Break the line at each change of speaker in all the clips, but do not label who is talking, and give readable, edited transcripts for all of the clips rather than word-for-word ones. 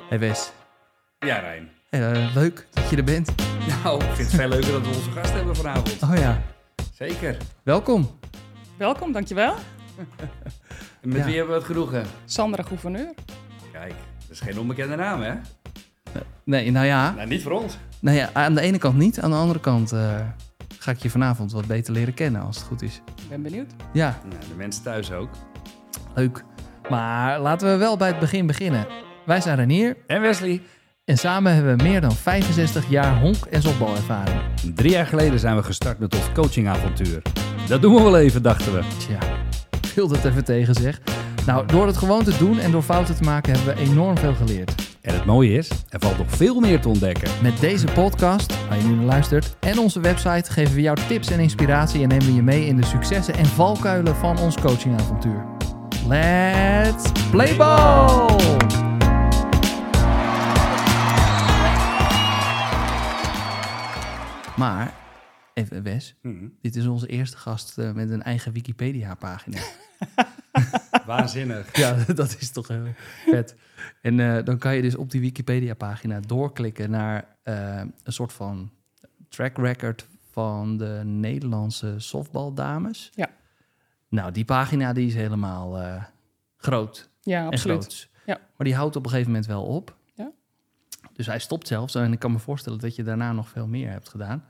Hey Wes.
Ja, Rijn.
Leuk dat je er bent.
Nou, ik vind het veel leuker dat we onze gast hebben vanavond.
Oh ja.
Zeker.
Welkom.
Welkom, dankjewel.
En met wie hebben we het genoegen?
Sandra Gouverneur.
Kijk, dat is geen onbekende naam, hè?
Nee, nou ja.
Nou, niet voor ons.
Nou ja, aan de ene kant niet. Aan de andere kant ga ik je vanavond wat beter leren kennen, als het goed is.
Ik ben benieuwd.
Ja,
Nou, de mensen thuis ook.
leuk. Maar laten we wel bij het begin beginnen. Wij zijn Renier
En Wesley.
en samen hebben we meer dan 65 jaar honk- en softbalervaring.
3 jaar geleden zijn we gestart met ons coachingavontuur. Dat doen we wel even, dachten we.
Tja, ik wil dat even tegen zeg. Nou, door het gewoon te doen en door fouten te maken hebben we enorm veel geleerd.
En het mooie is, er valt nog veel meer te ontdekken.
Met deze podcast, waar je nu naar luistert, en onze website geven we jou tips en inspiratie en nemen we je mee in de successen en valkuilen van ons coachingavontuur. Let's play ball! Maar, even Wes, dit is onze eerste gast met een eigen Wikipedia-pagina.
Waanzinnig.
Ja, dat is toch heel vet. En dan kan je dus op die Wikipedia-pagina doorklikken naar een soort van track record van de Nederlandse softbaldames.
Ja.
Nou, die pagina die is helemaal groot
Ja,
en
absoluut.
groots.
Ja.
Maar die houdt op een gegeven moment wel op.
Ja.
Dus hij stopt zelfs. En ik kan me voorstellen dat je daarna nog veel meer hebt gedaan.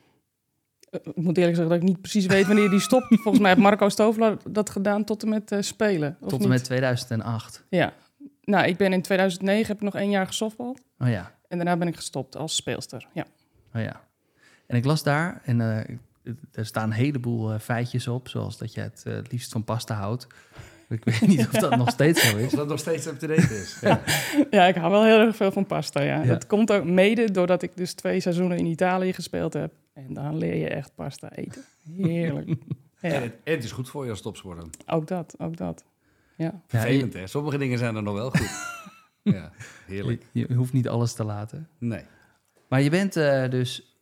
Ik moet eerlijk zeggen dat ik niet precies weet wanneer die stopt. Volgens mij heeft Marco Stovelaar dat gedaan tot en met spelen. Of
Tot en
niet?
met 2008.
Ja. Nou, ik ben in 2009, heb ik nog 1 jaar gesoftbald.
Oh ja.
En daarna ben ik gestopt als speelster. Ja.
Oh ja. En ik las daar, en er staan een heleboel feitjes op, zoals dat je het liefst van pasta houdt. Ik weet niet of dat nog steeds zo is.
Als dat nog steeds up-to-date is. Ja.
Ja, ik hou wel heel erg veel van pasta, ja.
Ja.
Dat komt ook mede doordat ik dus 2 seizoenen in Italië gespeeld heb. En dan leer je echt pasta eten. Heerlijk. Ja,
En het is goed voor je als topsporter.
ook dat, ook dat. Ja.
Ja,
Vervelend, hè? Sommige dingen zijn er nog wel goed. Ja, heerlijk.
je hoeft niet alles te laten.
Nee.
Maar je bent dus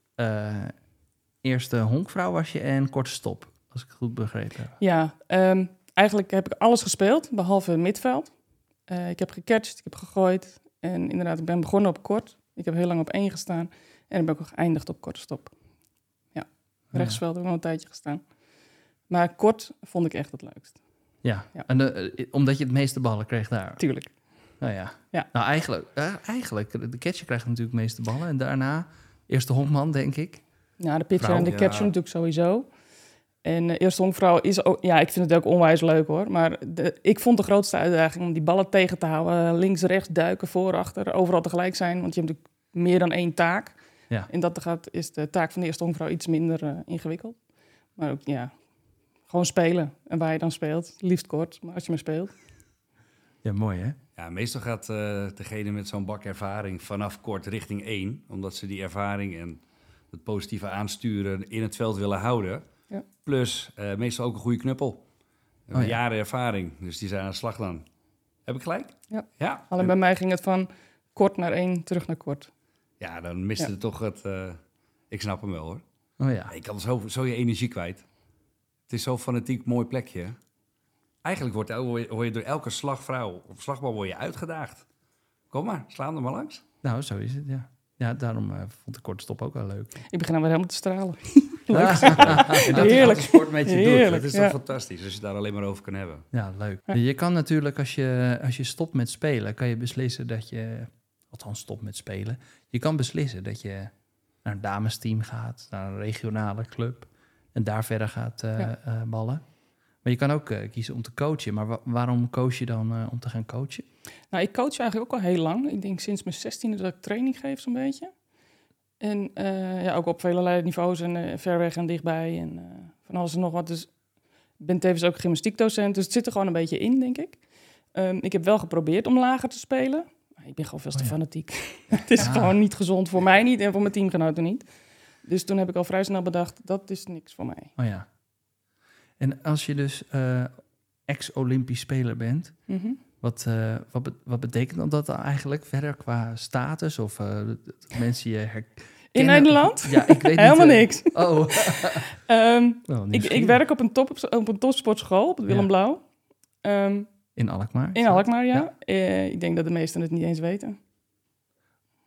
eerst honkvrouw was je en korte stop, als ik het goed begrepen heb.
Ja, eigenlijk heb ik alles gespeeld, behalve midveld. Ik heb gecatcht, ik heb gegooid. En inderdaad, ik ben begonnen op kort. Ik heb heel lang op 1 gestaan. En dan ben ik ook geëindigd op korte stop. Ja, rechtsveld heb ik nog een tijdje gestaan. Maar kort vond ik echt het leukst.
Ja,
Ja.
en omdat je het meeste ballen kreeg daar.
Tuurlijk.
Nou ja.
Ja.
Nou, eigenlijk, de catcher krijgt natuurlijk het meeste ballen. En daarna, eerst de honkman, denk ik.
Ja, de pitcher
Vrouw,
en de
ja.
catcher natuurlijk sowieso. En eerste honkvrouw is ook... Ja, ik vind het ook onwijs leuk hoor. Maar ik vond de grootste uitdaging om die ballen tegen te houden. Links, rechts, duiken, voor, achter. Overal tegelijk zijn, want je hebt natuurlijk meer dan 1 taak.
Ja.
En dat is de taak van de eerste honkvrouw iets minder ingewikkeld. Maar ook, ja, gewoon spelen. En waar je dan speelt, liefst kort, maar als je maar speelt.
Ja, mooi hè?
Ja, meestal gaat degene met zo'n bak ervaring vanaf kort richting 1. Omdat ze die ervaring en het positieve aansturen in het veld willen houden.
Ja.
Plus meestal ook een goede knuppel.
Oh ja.
Jaren ervaring, dus die zijn aan de slag dan. Heb ik gelijk?
Ja.
Ja,
Alleen bij mij ging het van kort naar 1, terug naar kort.
ja dan miste
Ja.
het toch het... ik snap hem wel hoor.
Oh ja.
Je kan zo je energie kwijt. Het is zo'n fanatiek mooi plekje. Eigenlijk word je door elke slagvrouw of slagbal word je uitgedaagd. Kom maar, slaan er maar langs.
Nou, zo is het, ja. Ja, daarom vond de korte stop ook wel leuk.
Ik begin nou weer helemaal te stralen.
En dat is
Heerlijk.
wat de sport met je doet.
Heerlijk,
Dat is toch
ja.
fantastisch als je daar alleen maar over kan hebben.
Ja, leuk.
Ja.
Je kan natuurlijk, als je stopt met spelen, kan je beslissen dat je... Althans, stop met spelen. Je kan beslissen dat je naar een damesteam gaat, naar een regionale club en daar verder gaat ballen. Maar je kan ook kiezen om te coachen. Maar waarom koos je dan om te gaan coachen?
Nou, ik coach eigenlijk ook al heel lang. Ik denk sinds mijn 16e dat ik training geef zo'n beetje. En ja, ook op vele niveaus en ver weg en dichtbij en van alles en nog wat. Dus ik ben tevens ook gymnastiekdocent, dus het zit er gewoon een beetje in, denk ik. Ik heb wel geprobeerd om lager te spelen. Maar ik ben gewoon veel te fanatiek. Het is gewoon niet gezond voor mij niet en voor mijn teamgenoten niet. Dus toen heb ik al vrij snel bedacht, dat is niks voor mij.
Oh ja. En als je dus ex-Olympisch speler bent, wat betekent dan dat dan eigenlijk verder qua status? Of dat mensen je herkennen?
In Nederland?
Ja, ik weet
Helemaal
niet.
niks.
Oh.
Ik werk op een topsportschool, op het Willem Blauw.
In Alkmaar?
In Alkmaar, ja. Ik denk dat de meesten het niet eens weten.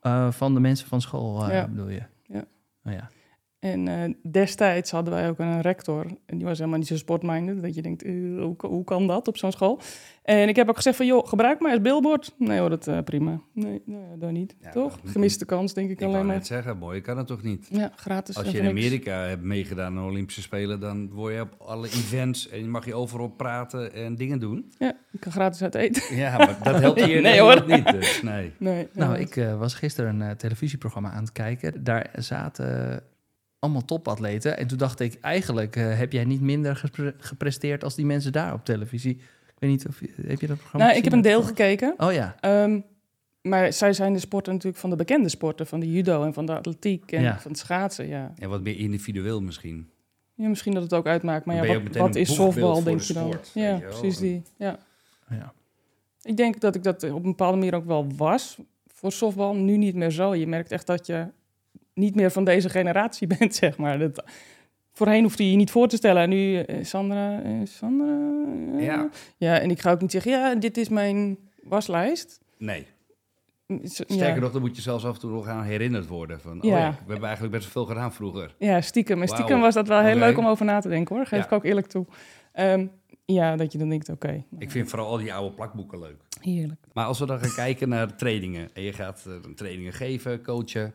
Van de mensen van school,
Ja.
bedoel je?
Ja.
Oh, ja.
En destijds hadden wij ook een rector. En die was helemaal niet zo sportminded. Dat je denkt, hoe kan dat op zo'n school? En ik heb ook gezegd van, joh, gebruik maar als billboard. Nee hoor, dat prima. Nee, nou ja, dat niet.
Ja,
toch?
dat-
Gemiste kans, denk ik
Ik
alleen
wou
maar.
net zeggen, mooi kan het toch niet?
Ja, gratis.
Als
en
je
voor
in
niks.
Amerika hebt meegedaan aan de Olympische Spelen, dan word je op alle events en mag je overal praten en dingen doen.
Ja, je kan gratis uit eten.
Ja, maar dat helpt hier in
Nee, hoor.
Nederland niet. Dus nee.
Nee,
Nou,
ja.
ik was gisteren een televisieprogramma aan het kijken. Daar zaten allemaal topatleten. En toen dacht ik, eigenlijk heb jij niet minder gepresteerd als die mensen daar op televisie. Ik weet niet of heb je dat programma
Nou, ik heb
gezien?
een deel gekeken.
Oh ja.
Maar zij zijn de sporten natuurlijk van de bekende sporten. Van de judo en van de atletiek en
Ja.
van het schaatsen. Ja.
En wat meer individueel misschien.
Ja, misschien dat het ook uitmaakt. Maar
Dan
ja,
ben je ook
wat
meteen een
is
boegbeeld
softbal,
voor
denk
de
je dan?
sport,
Ja,
weet je wel.
precies die. Ja.
Ja.
Ik denk dat ik dat op een bepaalde manier ook wel was. Voor softbal nu niet meer zo. Je merkt echt dat je niet meer van deze generatie bent, zeg maar. Voorheen hoefde je je niet voor te stellen. En nu, Sandra...
Ja.
Ja, en ik ga ook niet zeggen, ja, dit is mijn waslijst.
Nee.
Ja.
Sterker nog, dan moet je zelfs af en toe nog aan herinnerd worden. Van,
Ja.
we hebben eigenlijk best wel veel gedaan vroeger.
Ja, stiekem. En stiekem
Wauw.
was dat wel heel
Oké.
leuk om over na te denken, hoor. Geef
Ja.
ik ook eerlijk toe. Ja, dat je dan denkt, oké.
Ik vind vooral al die oude plakboeken leuk.
Heerlijk.
Maar als we dan gaan kijken naar trainingen. En je gaat trainingen geven, coachen.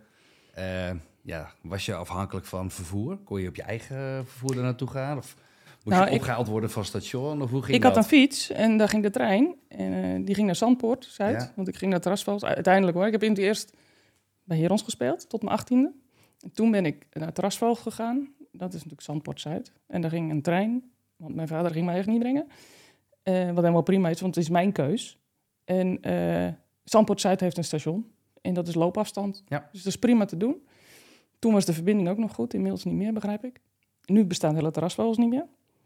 Was je afhankelijk van vervoer? Kon je op je eigen vervoer er naartoe gaan? Of moest
Nou,
je opgehaald worden van station? Of hoe ging
Ik
dat?
had een fiets en daar ging de trein. En die ging naar Zandpoort, Zuid.
Ja.
Want ik ging naar Terrasveld. Uiteindelijk hoor. Ik heb in het eerst bij Herons gespeeld, tot mijn 18e. En toen ben ik naar Terrasveld gegaan. Dat is natuurlijk Zandpoort, Zuid. En daar ging een trein. Want mijn vader ging mij echt niet brengen. Wat helemaal prima is, want het is mijn keus. En Zandpoort, Zuid heeft een station. En dat is loopafstand.
Ja.
Dus dat is prima te doen. Toen was de verbinding ook nog goed. Inmiddels niet meer, begrijp ik. Nu bestaan hele terrasvogels niet meer.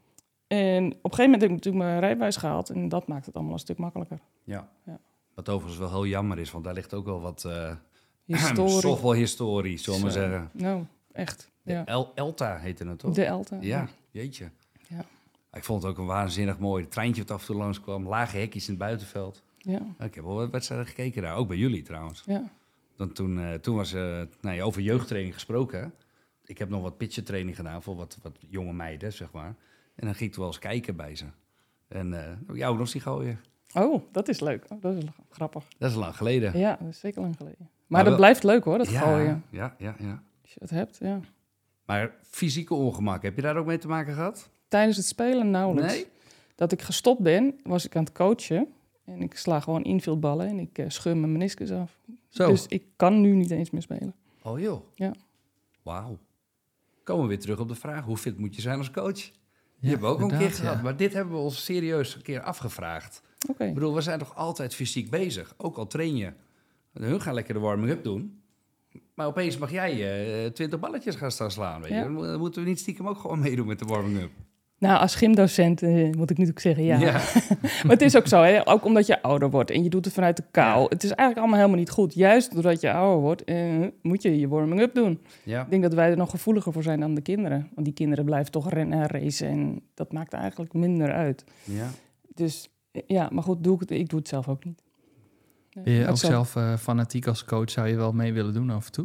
En op een gegeven moment heb ik natuurlijk mijn rijbewijs gehaald. En dat maakt het allemaal een stuk makkelijker.
Ja.
Ja.
Wat overigens wel heel jammer is, want daar ligt ook wel wat
Historie.
softballhistorie, zullen we maar
Zo.
zeggen.
Nou, echt.
De
Ja.
Elta heette het, toch?
De Elta.
Ja, jeetje.
Ja.
Ik vond het ook een waanzinnig mooi treintje dat af en toe langskwam. Lage hekjes in het buitenveld.
Ja.
Ik heb wel wat wedstrijden gekeken daar, ook bij jullie trouwens.
Ja.
Dan toen was over jeugdtraining gesproken. Hè. Ik heb nog wat pitchertraining gedaan voor wat jonge meiden, zeg maar. En dan ging ik wel eens kijken bij ze. En jou nog zien gooien.
Oh, dat is leuk. Oh, dat is grappig.
Dat is lang geleden.
Ja, dat is zeker lang geleden. Maar
Maar
dat
wel-
blijft leuk hoor, dat
ja,
gooien.
Ja.
Als je het hebt, ja.
Maar fysieke ongemak, heb je daar ook mee te maken gehad?
Tijdens het spelen nauwelijks.
Nee?
Dat ik gestopt ben, was ik aan het coachen. En ik sla gewoon infieldballen en ik scheur mijn meniscus af.
Zo.
Dus ik kan nu niet eens meer spelen.
Oh joh.
Ja.
Wauw. Komen we weer terug op de vraag, hoe fit moet je zijn als coach? Die
Ja,
hebben we ook een keer
inderdaad,
gehad,
ja.
maar dit hebben we ons serieus een keer afgevraagd.
Oké.
Ik bedoel, we zijn toch altijd fysiek bezig, ook al train je. Hun gaan lekker de warming-up doen. Maar opeens mag jij 20 balletjes gaan staan slaan, weet je.
Ja.
Dan moeten we niet stiekem ook gewoon meedoen met de warming-up.
Nou, als gymdocent moet ik natuurlijk zeggen ja.
Ja.
Maar het is ook zo, hè? Ook omdat je ouder wordt en je doet het vanuit de kou.
Ja.
Het is eigenlijk allemaal helemaal niet goed. Juist doordat je ouder wordt, moet je je warming-up doen.
Ja.
Ik denk dat wij er nog gevoeliger voor zijn dan de kinderen. Want die kinderen blijven toch rennen en racen en dat maakt eigenlijk minder uit.
Ja.
Dus ja, maar goed, ik doe het zelf ook niet. Nee,
Ben je
maar
ook
het zal-
zelf fanatiek als coach? Zou je wel mee willen doen af en toe?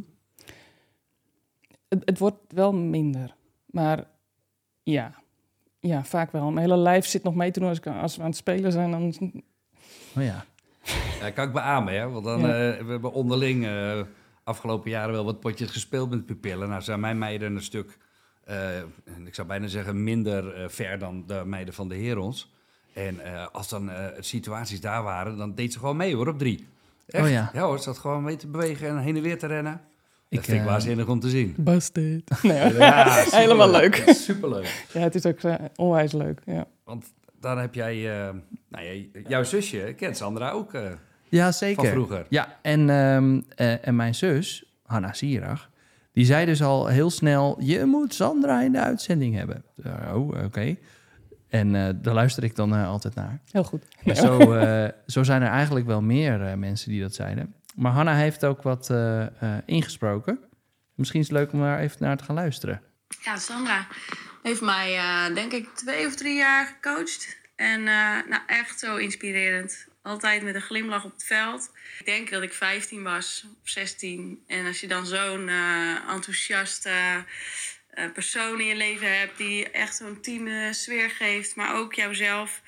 Het wordt wel minder, maar ja, vaak wel. Mijn hele lijf zit nog mee te doen als we aan het spelen zijn. Dan
Oh ja.
Ja, kan ik beamen, hè? Want dan,
Ja.
we hebben onderling afgelopen jaren wel wat potjes gespeeld met pupillen. Nou zijn mijn meiden een stuk, ik zou bijna zeggen, minder ver dan de meiden van de Herons. En als dan situaties daar waren, dan deed ze gewoon mee hoor, op 3. Echt?
Oh ja.
Ja hoor, ze zat gewoon mee te bewegen en heen en weer te rennen. Dat
Ik,
vind ik waanzinnig om te zien.
busted. Nee, hoor.
Ja, superleuk.
Helemaal leuk.
Superleuk.
Ja, het is ook onwijs leuk. Ja.
Want dan heb jij, jouw zusje, kent Sandra ook
Ja,
van
zeker.
vroeger.
Ja, en mijn zus, Hanna Sierach, die zei dus al heel snel... je moet Sandra in de uitzending hebben. Oké. En daar luister ik dan altijd naar.
Heel goed.
En zo zijn er eigenlijk wel meer mensen die dat zeiden. Maar Hanna heeft ook wat ingesproken. Misschien is het leuk om daar even naar te gaan luisteren.
Ja, Sandra heeft mij denk ik 2 of 3 jaar gecoacht. En nou, echt zo inspirerend. Altijd met een glimlach op het veld. Ik denk dat ik 15 was, of 16. En als je dan zo'n enthousiaste persoon in je leven hebt... die echt zo'n teamsfeer geeft, maar ook jouzelf...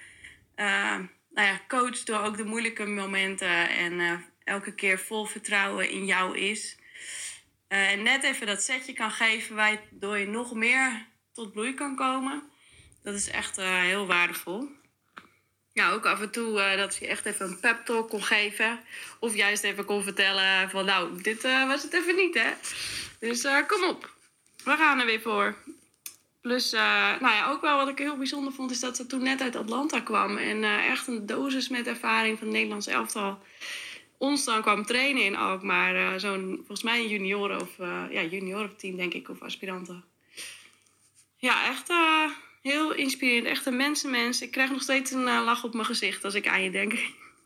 coacht door ook de moeilijke momenten... en elke keer vol vertrouwen in jou is... en net even dat setje kan geven... waardoor je nog meer tot bloei kan komen... Dat is echt heel waardevol. Ja, ook af en toe dat je echt even een pep talk kon geven. Of juist even kon vertellen van nou, dit was het even niet, hè. Dus kom op, we gaan er weer voor. Plus, ook wel wat ik heel bijzonder vond... is dat ze toen net uit Atlanta kwam. En echt een dosis met ervaring van het Nederlands elftal... ons dan kwam trainen in Alkmaar. Zo'n, volgens mij een juniorenteam, denk ik, of aspiranten. Ja, echt... heel inspirerend, echt een mensenmens. Ik krijg nog steeds een lach op mijn gezicht als ik aan je denk.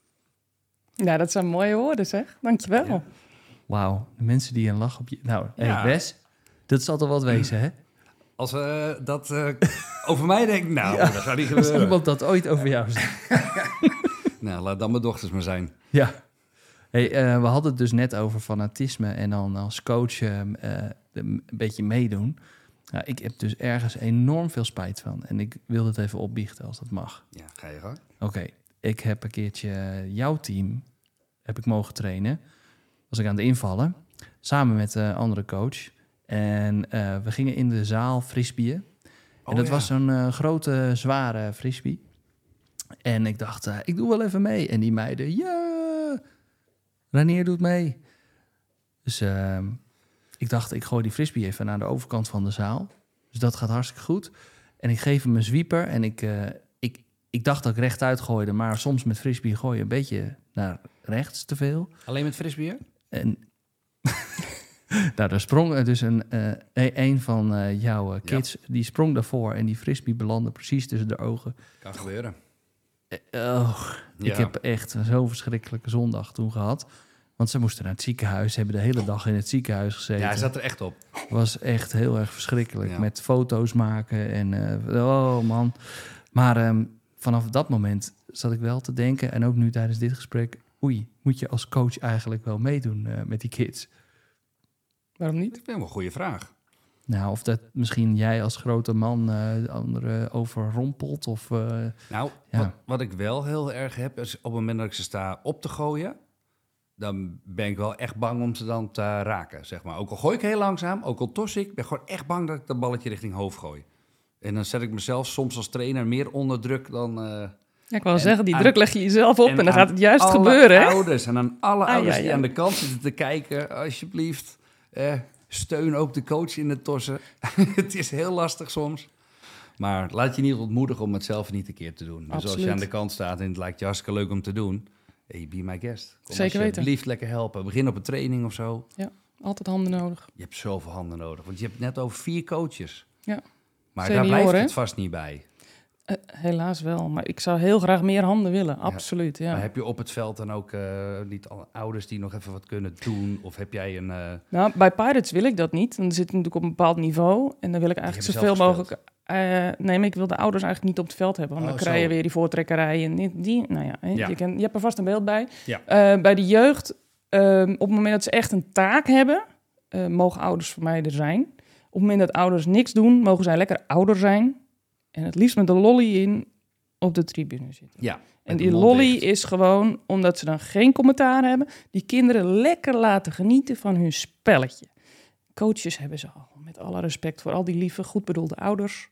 Ja, dat zijn mooie woorden, zeg. Dankjewel.
Ja. Wauw, de mensen die een lach op je... Nou,
Ja.
hey Wes, dat zal toch wat wezen, hè?
Als dat over mij denkt, nou, dat gaat niet
Als
gebeuren.
iemand dat ooit over jou zegt.
Nou, laat dan mijn dochters maar zijn.
Ja. Hey, we hadden het dus net over fanatisme en dan als coach een beetje meedoen. Nou, ik heb dus ergens enorm veel spijt van. En ik wil het even opbiechten als dat mag.
Ja, ga je gang.
Oké, ik heb een keertje jouw team heb ik mogen trainen. Was ik aan het invallen. Samen met een andere coach. En we gingen in de zaal frisbeeën. En dat was zo'n grote, zware frisbee. En ik dacht, ik doe wel even mee. En die meiden, ja, Ranier doet mee. Dus ik dacht, ik gooi die frisbee even naar de overkant van de zaal. Dus dat gaat hartstikke goed. En ik geef hem een zwieper. En ik dacht dat ik rechtuit gooide. Maar soms met frisbee gooi je een beetje naar rechts te veel.
Alleen met frisbeer?
En nou, daar sprong dus een van jouw kids. Die sprong daarvoor. En die frisbee belandde precies tussen de ogen.
Kan gebeuren.
Ik heb echt zo'n verschrikkelijke zondag toen gehad. Want ze moesten naar het ziekenhuis. Ze hebben de hele dag in het ziekenhuis gezeten.
Ja, hij zat er echt op.
Was echt heel erg verschrikkelijk.
Ja.
Met foto's maken en oh man. Maar vanaf dat moment zat ik wel te denken... en ook nu tijdens dit gesprek... oei, moet je als coach eigenlijk wel meedoen met die kids?
Waarom niet?
Dat is wel een goede vraag.
Nou, of dat misschien jij als grote man de anderen overrompelt of...
Nou,
Ja.
wat ik wel heel erg heb... is op het moment dat ik ze sta op te gooien... dan ben ik wel echt bang om ze dan te raken, zeg maar. Ook al gooi ik heel langzaam, ook al tos ik... ben gewoon echt bang dat ik dat balletje richting hoofd gooi. En dan zet ik mezelf soms als trainer meer onder druk dan...
Ja, ik wou
En
zeggen, die
aan-
druk leg je jezelf op en dan
aan
gaat het juist
alle
gebeuren, hè?
Ouders, en aan alle ouders die
ja.
aan de kant zitten te kijken... alsjeblieft, steun ook de coach in het tossen. Het is heel lastig soms. Maar laat je niet ontmoedigen om het zelf niet een keer te doen. Dus als
Absoluut.
je aan de kant staat en het lijkt je hartstikke leuk om te doen... Hey, be my guest. Kom
Zeker weten.
alsjeblieft lekker helpen. Begin op een training of zo.
Altijd handen nodig.
Je hebt zoveel handen nodig. Want je hebt net over 4 coaches.
Ja.
Maar
Senioren,
daar blijft
hè?
het vast niet bij.
Helaas wel, maar ik zou heel graag meer handen willen. Absoluut, ja.
Maar heb je op het veld dan ook niet alle ouders die nog even wat kunnen doen? Of heb jij een...
Nou, bij Pirates wil ik dat niet. Dan zit ik natuurlijk op een bepaald niveau. En dan wil ik eigenlijk
hebben
zoveel
zelf
mogelijk... nee, maar ik wil de ouders eigenlijk niet op het veld hebben. Want
Oh,
dan krijg je
zo.
weer die voortrekkerij. En die nou ja, hè,
Ja.
je hebt er vast een beeld bij.
Ja.
Bij de jeugd, op het moment dat ze echt een taak hebben... mogen ouders voor mij er zijn. Op het moment dat ouders niks doen, mogen zij lekker ouder zijn. En het liefst met de lolly in op de tribune zitten.
Ja.
En
met
die
de mond
lolly
dicht.
is gewoon, omdat ze dan geen commentaar hebben... die kinderen lekker laten genieten van hun spelletje. Coaches hebben ze al, met alle respect voor al die lieve, goed bedoelde ouders.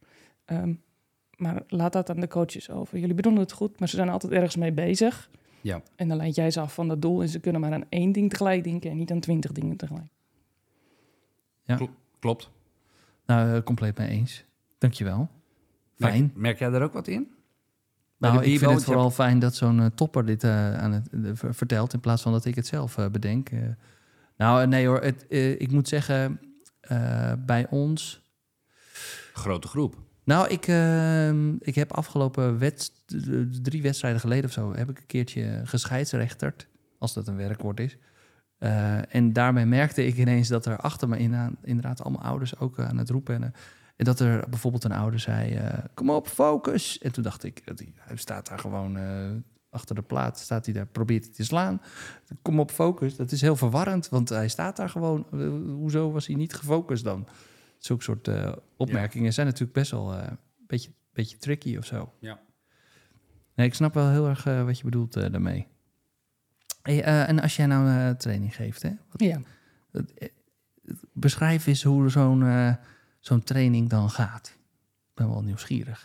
Maar laat dat aan de coaches over. Jullie bedoelen het goed, maar ze zijn altijd ergens mee bezig.
Ja.
En dan leid jij ze af van dat doel... en ze kunnen maar aan 1 ding tegelijk denken... en niet aan 20 dingen tegelijk.
Klopt.
Nou, compleet mee eens. Dankjewel. Fijn.
Merk jij daar ook wat in?
Nou,
Bij de
ik vind
Bibo,
het vooral fijn dat zo'n topper dit aan het vertelt... in plaats van dat ik het zelf bedenk. Nou, nee hoor. Ik moet zeggen, bij ons...
Grote groep.
Nou, ik heb afgelopen 3 wedstrijden geleden of zo... heb ik een keertje gescheidsrechterd, als dat een werkwoord is. En daarmee merkte ik ineens dat er achter me inderdaad allemaal ouders ook aan het roepen... En dat er bijvoorbeeld een ouder zei, kom op, focus. En toen dacht ik, hij staat daar gewoon achter de plaat staat hij daar, probeert hij te slaan. Kom op, focus. Dat is heel verwarrend, want hij staat daar gewoon. Hoezo was hij niet gefocust dan? Zulke soort opmerkingen zijn natuurlijk best wel een beetje tricky of zo.
Ja.
Nee, ik snap wel heel erg wat je bedoelt daarmee. Hey, en als jij nou training geeft, hè? Beschrijf eens hoe zo'n training dan gaat. Ik ben wel nieuwsgierig.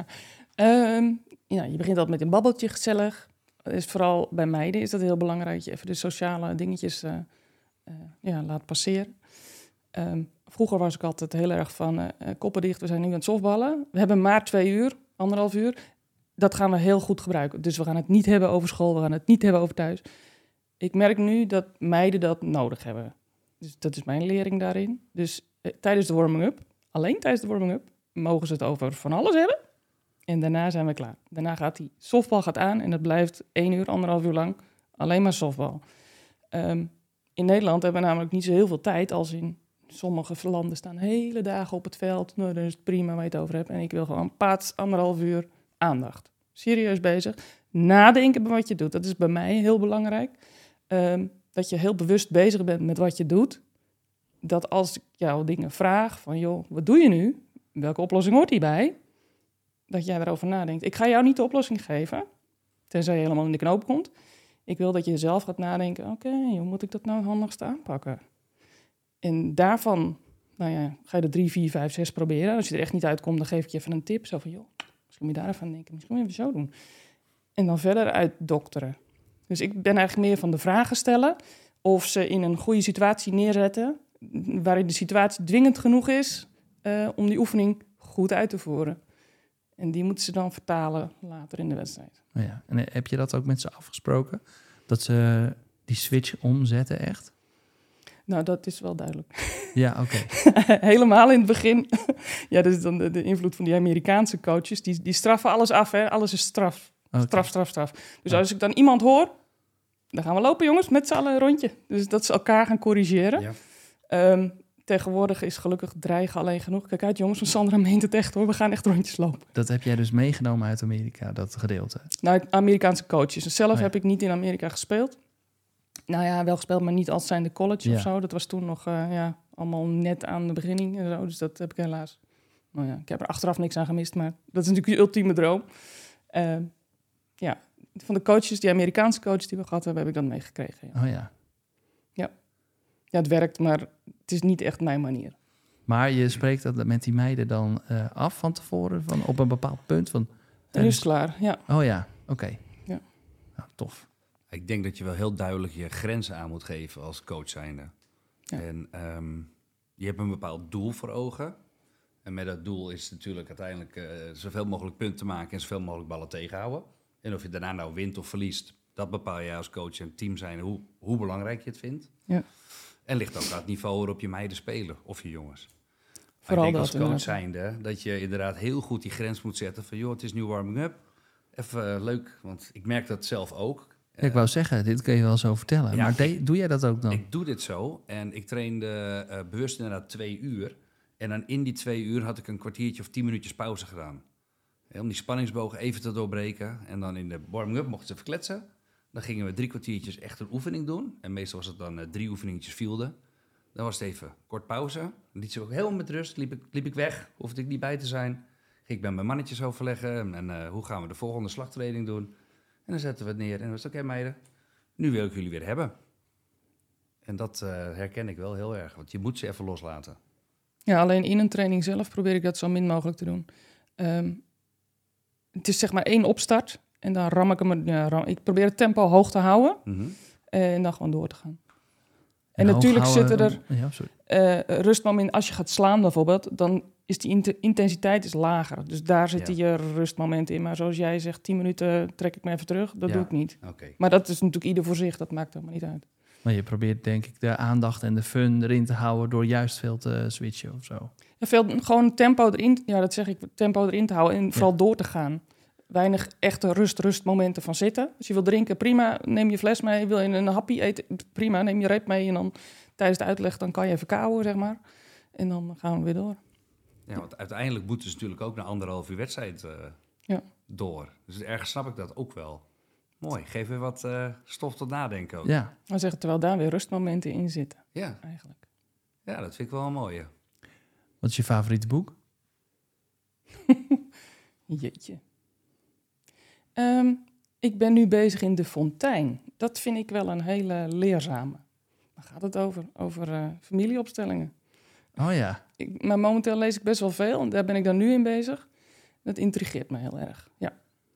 Je begint altijd met een babbeltje gezellig. Is vooral bij meiden is dat heel belangrijk. Dat je even de sociale dingetjes laat passeren. Vroeger was ik altijd heel erg van koppen dicht. We zijn nu aan het softballen. We hebben maar 2 uur, 1,5 uur. Dat gaan we heel goed gebruiken. Dus we gaan het niet hebben over school. We gaan het niet hebben over thuis. Ik merk nu dat meiden dat nodig hebben. Dus dat is mijn lering daarin. Dus tijdens de warming-up, alleen tijdens de warming-up, mogen ze het over van alles hebben. En daarna zijn we klaar. Daarna gaat die softbal aan en dat blijft 1 uur, 1,5 uur lang alleen maar softbal. In Nederland hebben we namelijk niet zo heel veel tijd als in sommige landen staan hele dagen op het veld. Nou, dan is het prima waar je het over hebt. En ik wil gewoon paats 1,5 uur aandacht. Serieus bezig. Nadenken bij wat je doet. Dat is bij mij heel belangrijk. Dat je heel bewust bezig bent met wat je doet. Dat als ik jou dingen vraag van, joh, wat doe je nu? Welke oplossing hoort hierbij? Dat jij erover nadenkt. Ik ga jou niet de oplossing geven, tenzij je helemaal in de knoop komt. Ik wil dat je zelf gaat nadenken, oké, hoe moet ik dat nou het handigst aanpakken? En daarvan, ga je er 3, 4, 5, 6 proberen. Als je er echt niet uitkomt, dan geef ik je even een tip. Zo van, joh, misschien moet je daar even aan denken. Misschien moet je even zo doen. En dan verder uitdokteren. Dus ik ben eigenlijk meer van de vragen stellen. Of ze in een goede situatie neerzetten, waarin de situatie dwingend genoeg is om die oefening goed uit te voeren. En die moeten ze dan vertalen later in de wedstrijd.
Oh ja. En heb je dat ook met ze afgesproken? Dat ze die switch omzetten echt?
Nou, dat is wel duidelijk.
Ja, oké.
Helemaal in het begin. Ja, dat is dan de invloed van die Amerikaanse coaches. Die straffen alles af, hè. Alles is straf.
Okay.
Straf. Dus als ik dan iemand hoor, dan gaan we lopen, jongens, met z'n allen een rondje. Dus dat ze elkaar gaan corrigeren. Ja. Tegenwoordig is gelukkig dreigen alleen genoeg. Kijk uit, jongens, van Sandra meent het echt, hoor. We gaan echt rondjes lopen.
Dat heb jij dus meegenomen uit Amerika, dat gedeelte?
Nou, Amerikaanse coaches. Dus zelf heb ik niet in Amerika gespeeld. Nou ja, wel gespeeld, maar niet als zijnde college of zo. Dat was toen nog allemaal net aan de beginning en zo. Dus dat heb ik helaas. Nou ja, ik heb er achteraf niks aan gemist, maar dat is natuurlijk je ultieme droom. Van de coaches, die Amerikaanse coaches die we gehad hebben, heb ik dat meegekregen. Ja.
Oh ja.
Ja, het werkt, maar het is niet echt mijn manier.
Maar je spreekt dat met die meiden dan af van tevoren, van op een bepaald punt? Van,
Er is klaar, ja.
Oh ja, oké.
Ja.
Nou, tof.
Ik denk dat je wel heel duidelijk je grenzen aan moet geven als coach zijnde. Ja. En je hebt een bepaald doel voor ogen. En met dat doel is natuurlijk uiteindelijk zoveel mogelijk punten maken en zoveel mogelijk ballen tegenhouden. En of je daarna nou wint of verliest, dat bepaal je als coach en team zijn hoe belangrijk je het vindt.
Ja.
En ligt ook aan het niveau waarop je meiden spelen of je jongens.
Vooral
ik denk
dat,
als coach zijnde dat je inderdaad heel goed die grens moet zetten van joh, het is nu warming up. Even leuk, want ik merk dat zelf ook.
Ik wou zeggen, dit kun je wel zo vertellen. Ja, maar doe jij dat ook dan?
Ik doe dit zo en ik trainde bewust inderdaad 2 uur. En dan in die 2 uur had ik een kwartiertje of 10 minuutjes pauze gedaan. Om die spanningsbogen even te doorbreken. En dan in de warming-up mochten ze even kletsen. Dan gingen we 3 kwartiertjes echt een oefening doen. En meestal was het dan 3 oefeningetjes fielden. Dan was het even kort pauze. Dan liet ze ook helemaal met rust. Liep ik weg, hoefde ik niet bij te zijn. Ging ik met mijn mannetjes overleggen. En hoe gaan we de volgende slagtraining doen? En dan zetten we het neer. En dan was het oké, meiden, nu wil ik jullie weer hebben. En dat herken ik wel heel erg. Want je moet ze even loslaten.
Ja, alleen in een training zelf probeer ik dat zo min mogelijk te doen. Het is zeg maar 1 opstart. En dan ram ik hem. Ik probeer het tempo hoog te houden. Mm-hmm. En dan gewoon door te gaan. En natuurlijk zitten er rustmomenten. Als je gaat slaan bijvoorbeeld, dan is die intensiteit is lager. Dus daar zitten je rustmomenten in. Maar zoals jij zegt, 10 minuten trek ik me even terug. Dat doe ik niet.
Okay.
Maar dat is natuurlijk ieder voor zich. Dat maakt helemaal niet uit.
Maar je probeert denk ik de aandacht en de fun erin te houden door juist veel te switchen of zo.
Ja, gewoon tempo erin, tempo erin te houden en vooral door te gaan. Weinig echte rustmomenten van zitten. Als je wil drinken, prima, neem je fles mee. Wil je een happy eten, prima, neem je reep mee. En dan tijdens de uitleg dan kan je even kauwen, zeg maar. En dan gaan we weer door.
Ja, want uiteindelijk moeten ze natuurlijk ook na 1,5 uur wedstrijd door. Dus ergens snap ik dat ook wel. Mooi. Geef weer wat stof tot nadenken ook.
Ja.
Maar zeggen, terwijl daar weer rustmomenten in zitten,
Ja.
eigenlijk.
Ja, dat vind ik wel een mooie.
Wat is je favoriete boek?
Jeetje. Ik ben nu bezig in De Fontein. Dat vind ik wel een hele leerzame. Waar gaat het over? Over familieopstellingen.
Oh ja.
Maar momenteel lees ik best wel veel. En daar ben ik dan nu in bezig. Dat intrigeert me heel erg. Ja.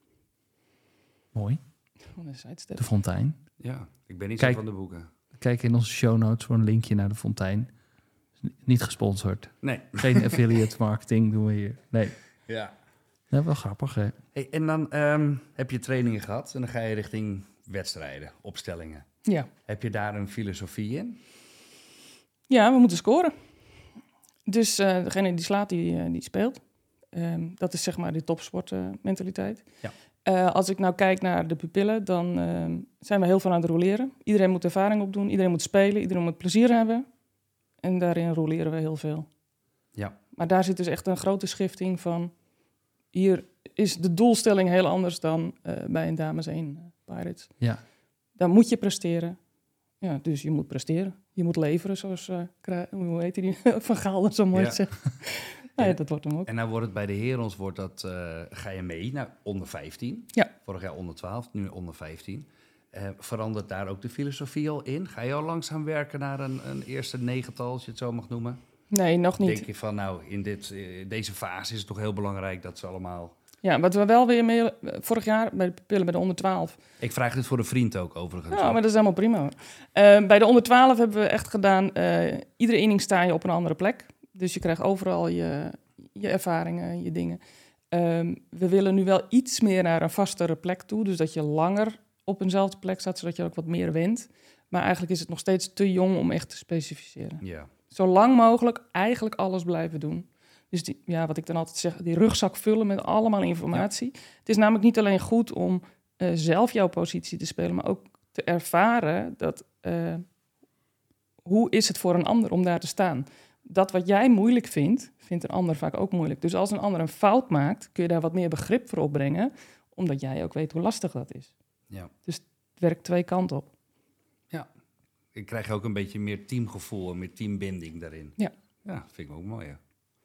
Mooi.
Oh, dat is uitstep.
De Fontein.
Ja, ik ben niet
Kijk.
zo van de boeken.
Kijk in onze show notes voor een linkje naar De Fontein. Niet gesponsord.
Nee.
Geen affiliate marketing doen we hier. Nee.
Ja.
Dat is wel grappig, hè?
Hey, en dan heb je trainingen gehad en dan ga je richting wedstrijden, opstellingen.
Ja.
Heb je daar een filosofie in?
Ja, we moeten scoren. Dus degene die slaat, die speelt. Dat is zeg maar de topsportmentaliteit.
Ja.
Als ik nou kijk naar de pupillen, dan zijn we heel veel aan het roleren. Iedereen moet ervaring opdoen, iedereen moet spelen, iedereen moet plezier hebben. En daarin roleren we heel veel.
Ja.
Maar daar zit dus echt een grote schifting van... Hier is de doelstelling heel anders dan bij een Dames 1 Pirates.
Ja.
Daar moet je presteren. Ja, dus je moet presteren. Je moet leveren, zoals hoe heet die Van Gaal dat zo mooi
Ja.
zegt. Nou ja, dat wordt hem ook.
En nou wordt het bij de Herons, ga je mee naar onder 15.
Ja.
Vorig jaar onder 12, nu onder 15. Verandert daar ook de filosofie al in? Ga je al langzaam werken naar een eerste negental, als je het zo mag noemen?
Nee, nog niet.
Denk je van, nou, in deze fase is het toch heel belangrijk dat ze allemaal...
Ja, wat we wel weer mee, vorig jaar bij de pupillen bij de onder 12.
Ik vraag dit voor een vriend ook, overigens.
Ja, maar dat is helemaal prima, hoor. Bij de onder 12 hebben we echt gedaan... iedere inning sta je op een andere plek. Dus je krijgt overal je ervaringen, je dingen. We willen nu wel iets meer naar een vastere plek toe. Dus dat je langer op eenzelfde plek staat, zodat je ook wat meer wint. Maar eigenlijk is het nog steeds te jong om echt te specificeren.
Ja.
Zo lang mogelijk eigenlijk alles blijven doen. Dus wat ik dan altijd zeg, die rugzak vullen met allemaal informatie. Ja. Het is namelijk niet alleen goed om zelf jouw positie te spelen, maar ook te ervaren dat hoe is het voor een ander om daar te staan. Dat wat jij moeilijk vindt, vindt een ander vaak ook moeilijk. Dus als een ander een fout maakt, kun je daar wat meer begrip voor opbrengen, omdat jij ook weet hoe lastig dat is.
Ja.
Dus het werkt twee kanten op.
Ja. Ik krijg ook een beetje meer teamgevoel en meer teambinding daarin.
Ja.
Ja, vind ik ook mooi, ja.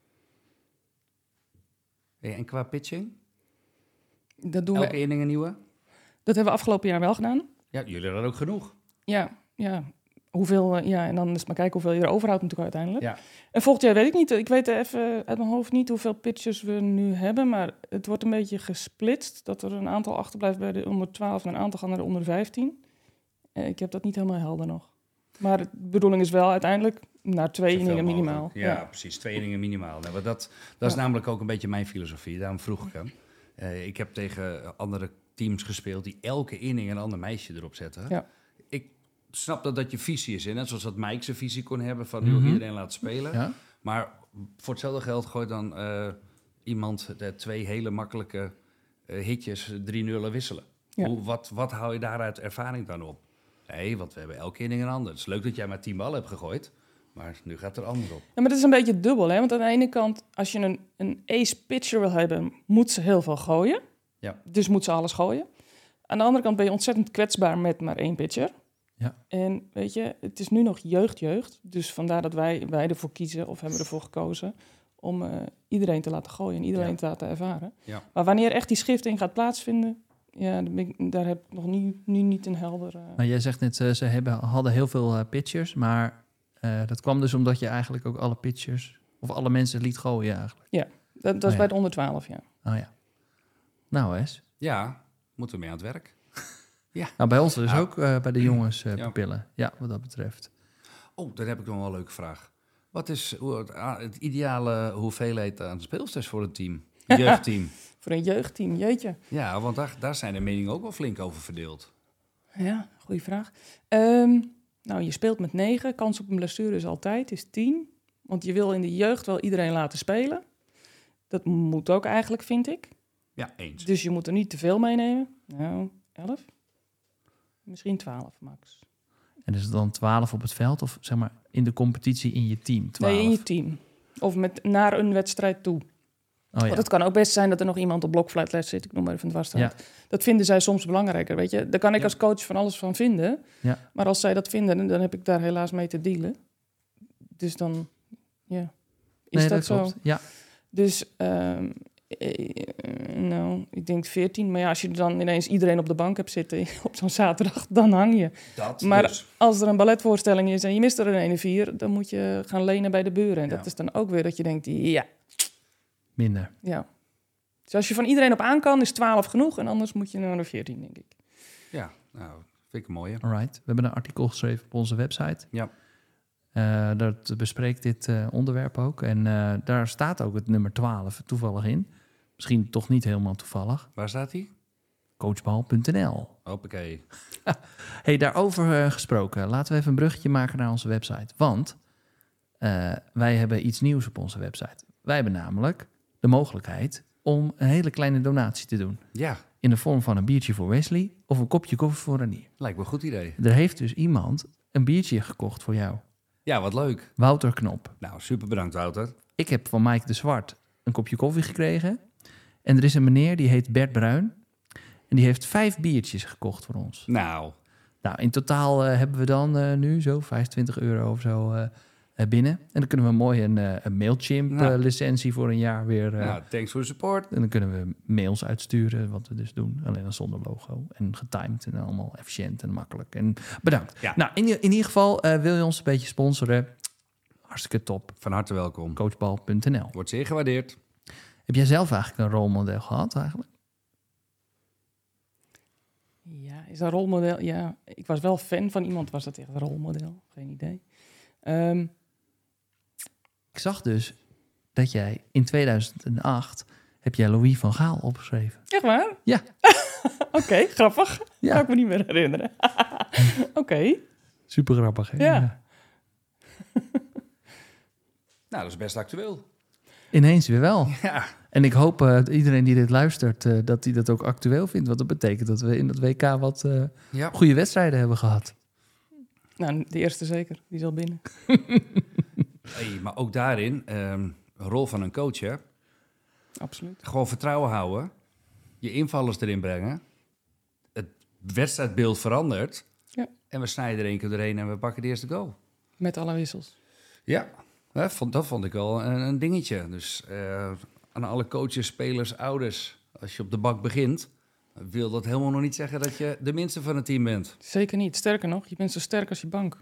Hey, en qua pitching?
Dat doen
Elke inning een nieuwe?
Dat hebben we afgelopen jaar wel gedaan.
Ja, jullie hadden ook genoeg.
Ja. Hoeveel, en dan is maar kijken hoeveel je er overhoudt natuurlijk uiteindelijk.
Ja.
En volgend jaar weet ik niet. Ik weet even uit mijn hoofd niet hoeveel pitchers we nu hebben. Maar het wordt een beetje gesplitst. Dat er een aantal achterblijft bij de onder 12 en een aantal gaan naar de onder 15. Ik heb dat niet helemaal helder nog. Maar de bedoeling is wel uiteindelijk naar 2 inningen minimaal.
Ja, precies. 2 inningen minimaal. Nou, dat is namelijk ook een beetje mijn filosofie. Daarom vroeg ik hem. Ik heb tegen andere teams gespeeld die elke inning een ander meisje erop zetten.
Ja.
Ik snap dat je visie is in. Net zoals dat Mike zijn visie kon hebben van nu iedereen laten spelen. Ja. Maar voor hetzelfde geld gooit dan iemand 2 hele makkelijke hitjes 3-0 wisselen.
Ja.
Wat hou je daaruit ervaring dan op? Nee, want we hebben elke inning een ander. Het is leuk dat jij maar 10 ballen hebt gegooid, maar nu gaat er anders op.
Ja, maar dat is een beetje dubbel, hè? Want aan de ene kant, als je een ace-pitcher wil hebben, moet ze heel veel gooien.
Ja.
Dus moet ze alles gooien. Aan de andere kant ben je ontzettend kwetsbaar met maar 1 pitcher.
Ja.
En weet je, het is nu nog jeugd. Dus vandaar dat wij ervoor kiezen, of hebben ervoor gekozen, om iedereen te laten gooien en iedereen te laten ervaren.
Ja.
Maar wanneer echt die schifting gaat plaatsvinden, ja, daar heb ik nog nu niet een helder...
Maar jij zegt net, ze hadden heel veel pitchers, maar dat kwam dus omdat je eigenlijk ook alle pitchers, of alle mensen liet gooien eigenlijk.
Ja, dat is bij de onder 12, ja.
Oh ja. Nou eens.
Ja, moeten we mee aan het werk. Ja.
Nou, bij ons dus ook bij de jongens pupillen. Ja, wat dat betreft.
Oh, dan heb ik nog wel een leuke vraag. Wat is het ideale hoeveelheid aan speelsters voor een team? Een jeugdteam?
Voor een jeugdteam, jeetje.
Ja, want daar zijn de meningen ook wel flink over verdeeld.
Ja, goede vraag. Nou, je speelt met 9. Kans op een blessure is altijd, is 10. Want je wil in de jeugd wel iedereen laten spelen. Dat moet ook eigenlijk, vind ik.
Ja, eens.
Dus je moet er niet te veel meenemen. Nou, 11. Misschien 12 max.
En is het dan 12 op het veld of zeg maar in de competitie in je team? 12?
Nee, in je team. Of naar een wedstrijd toe.
Oh ja.
Want het kan ook best zijn dat er nog iemand op blokfluitles zit. Ik noem maar even een dwarsstraat.
Ja.
Dat vinden zij soms belangrijker, weet je. Daar kan ik
Ja.
als coach van alles van vinden.
Ja.
Maar als zij dat vinden, dan heb ik daar helaas mee te dealen. Dus dan, ja, is
Nee,
dat zo.
klopt. Ja.
Dus, nou, ik denk 14. Maar ja, als je dan ineens iedereen op de bank hebt zitten op zo'n zaterdag, dan hang je.
Dat
Maar
dus.
als er een balletvoorstelling is en je mist er een ene 4, dan moet je gaan lenen bij de buren. En
Ja.
dat is dan ook weer dat je denkt, ja.
Minder.
Dus als je van iedereen op aan kan, is 12 genoeg. En anders moet je naar de 14, denk ik.
Ja, nou, vind ik een mooie.
Alright. We hebben een artikel geschreven op onze website.
Ja.
Dat bespreekt dit onderwerp ook. En daar staat ook het nummer 12 toevallig in. Misschien toch niet helemaal toevallig.
Waar staat hij?
Coachbal.nl.
Hoppakee.
Hey, daarover gesproken. Laten we even een bruggetje maken naar onze website. Want wij hebben iets nieuws op onze website. Wij hebben namelijk de mogelijkheid om een hele kleine donatie te doen.
Ja,
In de vorm van een biertje voor Wesley of een kopje koffie voor Ranier.
lijkt me een goed idee.
Er heeft dus iemand een biertje gekocht voor jou.
Ja, wat leuk.
Wouter Knop.
Nou, super bedankt, Wouter.
Ik heb van Mike de Zwart een kopje koffie gekregen. En er is een meneer die heet Bert Bruin. En die heeft 5 biertjes gekocht voor ons.
Nou,
Nou, in totaal hebben we dan nu zo €25 of zo binnen. En dan kunnen we mooi een Mailchimp-licentie voor een jaar weer...
nou, thanks voor de support.
En dan kunnen we mails uitsturen, wat we dus doen. Alleen dan zonder logo. En getimed en allemaal efficiënt en makkelijk. En bedankt.
Ja.
Nou, in ieder geval wil je ons een beetje sponsoren. Hartstikke top.
Van harte welkom.
Coachbal.nl.
Wordt zeer gewaardeerd.
Heb jij zelf eigenlijk een rolmodel gehad eigenlijk?
Ja, is dat rolmodel? Ja, ik was wel fan van iemand. Was dat echt een rolmodel? Geen idee.
Ik zag dus dat jij in 2008 heb jij Louis van Gaal opgeschreven.
Echt waar?
Ja.
Oké, grappig.
Ja.
Kan ik me niet meer herinneren. Oké.
Super grappig, hè?
Ja.
Nou, dat is best actueel.
Ineens weer wel.
Ja.
En ik hoop iedereen die dit luistert, dat hij dat ook actueel vindt. Want dat betekent dat we in dat WK wat
Ja.
goede wedstrijden hebben gehad.
Nou, de eerste zeker. Die is al binnen.
Hey, maar ook daarin, een rol van een coach, hè?
Absoluut.
Gewoon vertrouwen houden. Je invallers erin brengen. Het wedstrijdbeeld verandert.
Ja.
En we snijden er 1 keer doorheen en we pakken de eerste goal.
Met alle wissels.
Ja, dat vond ik wel een dingetje. Dus aan alle coaches, spelers, ouders. Als je op de bak begint, wil dat helemaal nog niet zeggen dat je de minste van het team bent.
Zeker niet. Sterker nog, je bent zo sterk als je bank.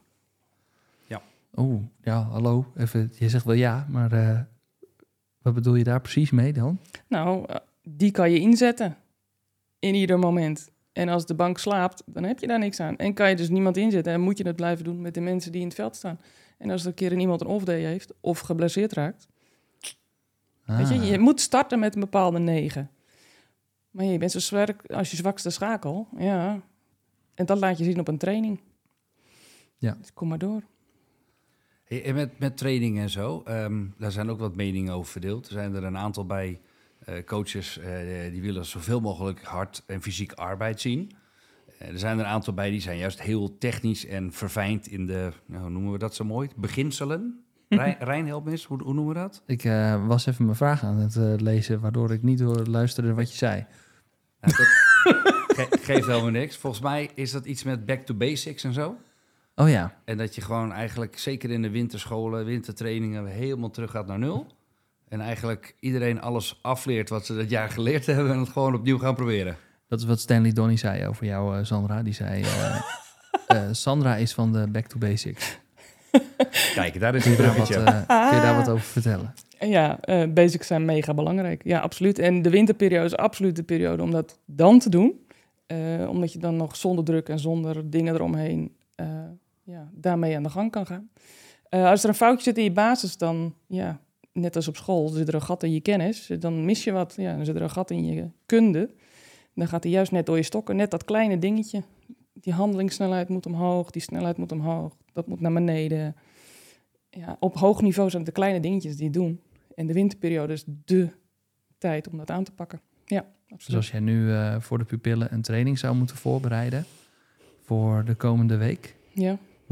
Oeh, ja, hallo. Even, je zegt wel ja, maar wat bedoel je daar precies mee dan?
Nou, die kan je inzetten. In ieder moment. En als de bank slaapt, dan heb je daar niks aan. En kan je dus niemand inzetten. En moet je het blijven doen met de mensen die in het veld staan. En als er een keer iemand een off-day heeft of geblesseerd raakt. Weet je moet starten met een bepaalde 9. Maar je bent zo sterk als je zwakste schakel. Ja. En dat laat je zien op een training.
Ja.
Dus kom maar door.
Hey, en met training en zo, daar zijn ook wat meningen over verdeeld. Er zijn er een aantal bij coaches die willen zoveel mogelijk hard en fysiek arbeid zien. Er zijn er een aantal bij die zijn juist heel technisch en verfijnd in de, nou, hoe noemen we dat zo mooi? Beginselen? Rijn, help me eens, hoe noemen we dat?
Ik was even mijn vraag aan het lezen, waardoor ik niet luisterde wat je zei.
Nou, dat geeft helemaal niks. Volgens mij is dat iets met back to basics en zo.
Oh ja,
En dat je gewoon eigenlijk, zeker in de winterscholen, wintertrainingen, helemaal terug gaat naar 0. En eigenlijk iedereen alles afleert wat ze dat jaar geleerd hebben en het gewoon opnieuw gaan proberen.
dat is wat Stanley Donny zei over jou, Sandra. Die zei, Sandra is van de Back to Basics.
Kijk, daar is
Kun je
het
daar
bruggetje.
kun je daar wat over vertellen?
En ja, basics zijn mega belangrijk. Ja, absoluut. En de winterperiode is absoluut de periode om dat dan te doen. Omdat je dan nog zonder druk en zonder dingen eromheen daarmee aan de gang kan gaan. Als er een foutje zit in je basis, dan, ja, net als op school, zit er een gat in je kennis. Dan mis je wat. Ja, dan zit er een gat in je kunde. Dan gaat hij juist net door je stokken. Net dat kleine dingetje. Die handelingssnelheid moet omhoog, die snelheid moet omhoog. Dat moet naar beneden. Ja, op hoog niveau zijn het de kleine dingetjes die het doen. En de winterperiode is dé tijd om dat aan te pakken. Ja, absoluut.
Dus als jij nu voor de pupillen een training zou moeten voorbereiden voor de komende week,
Ja.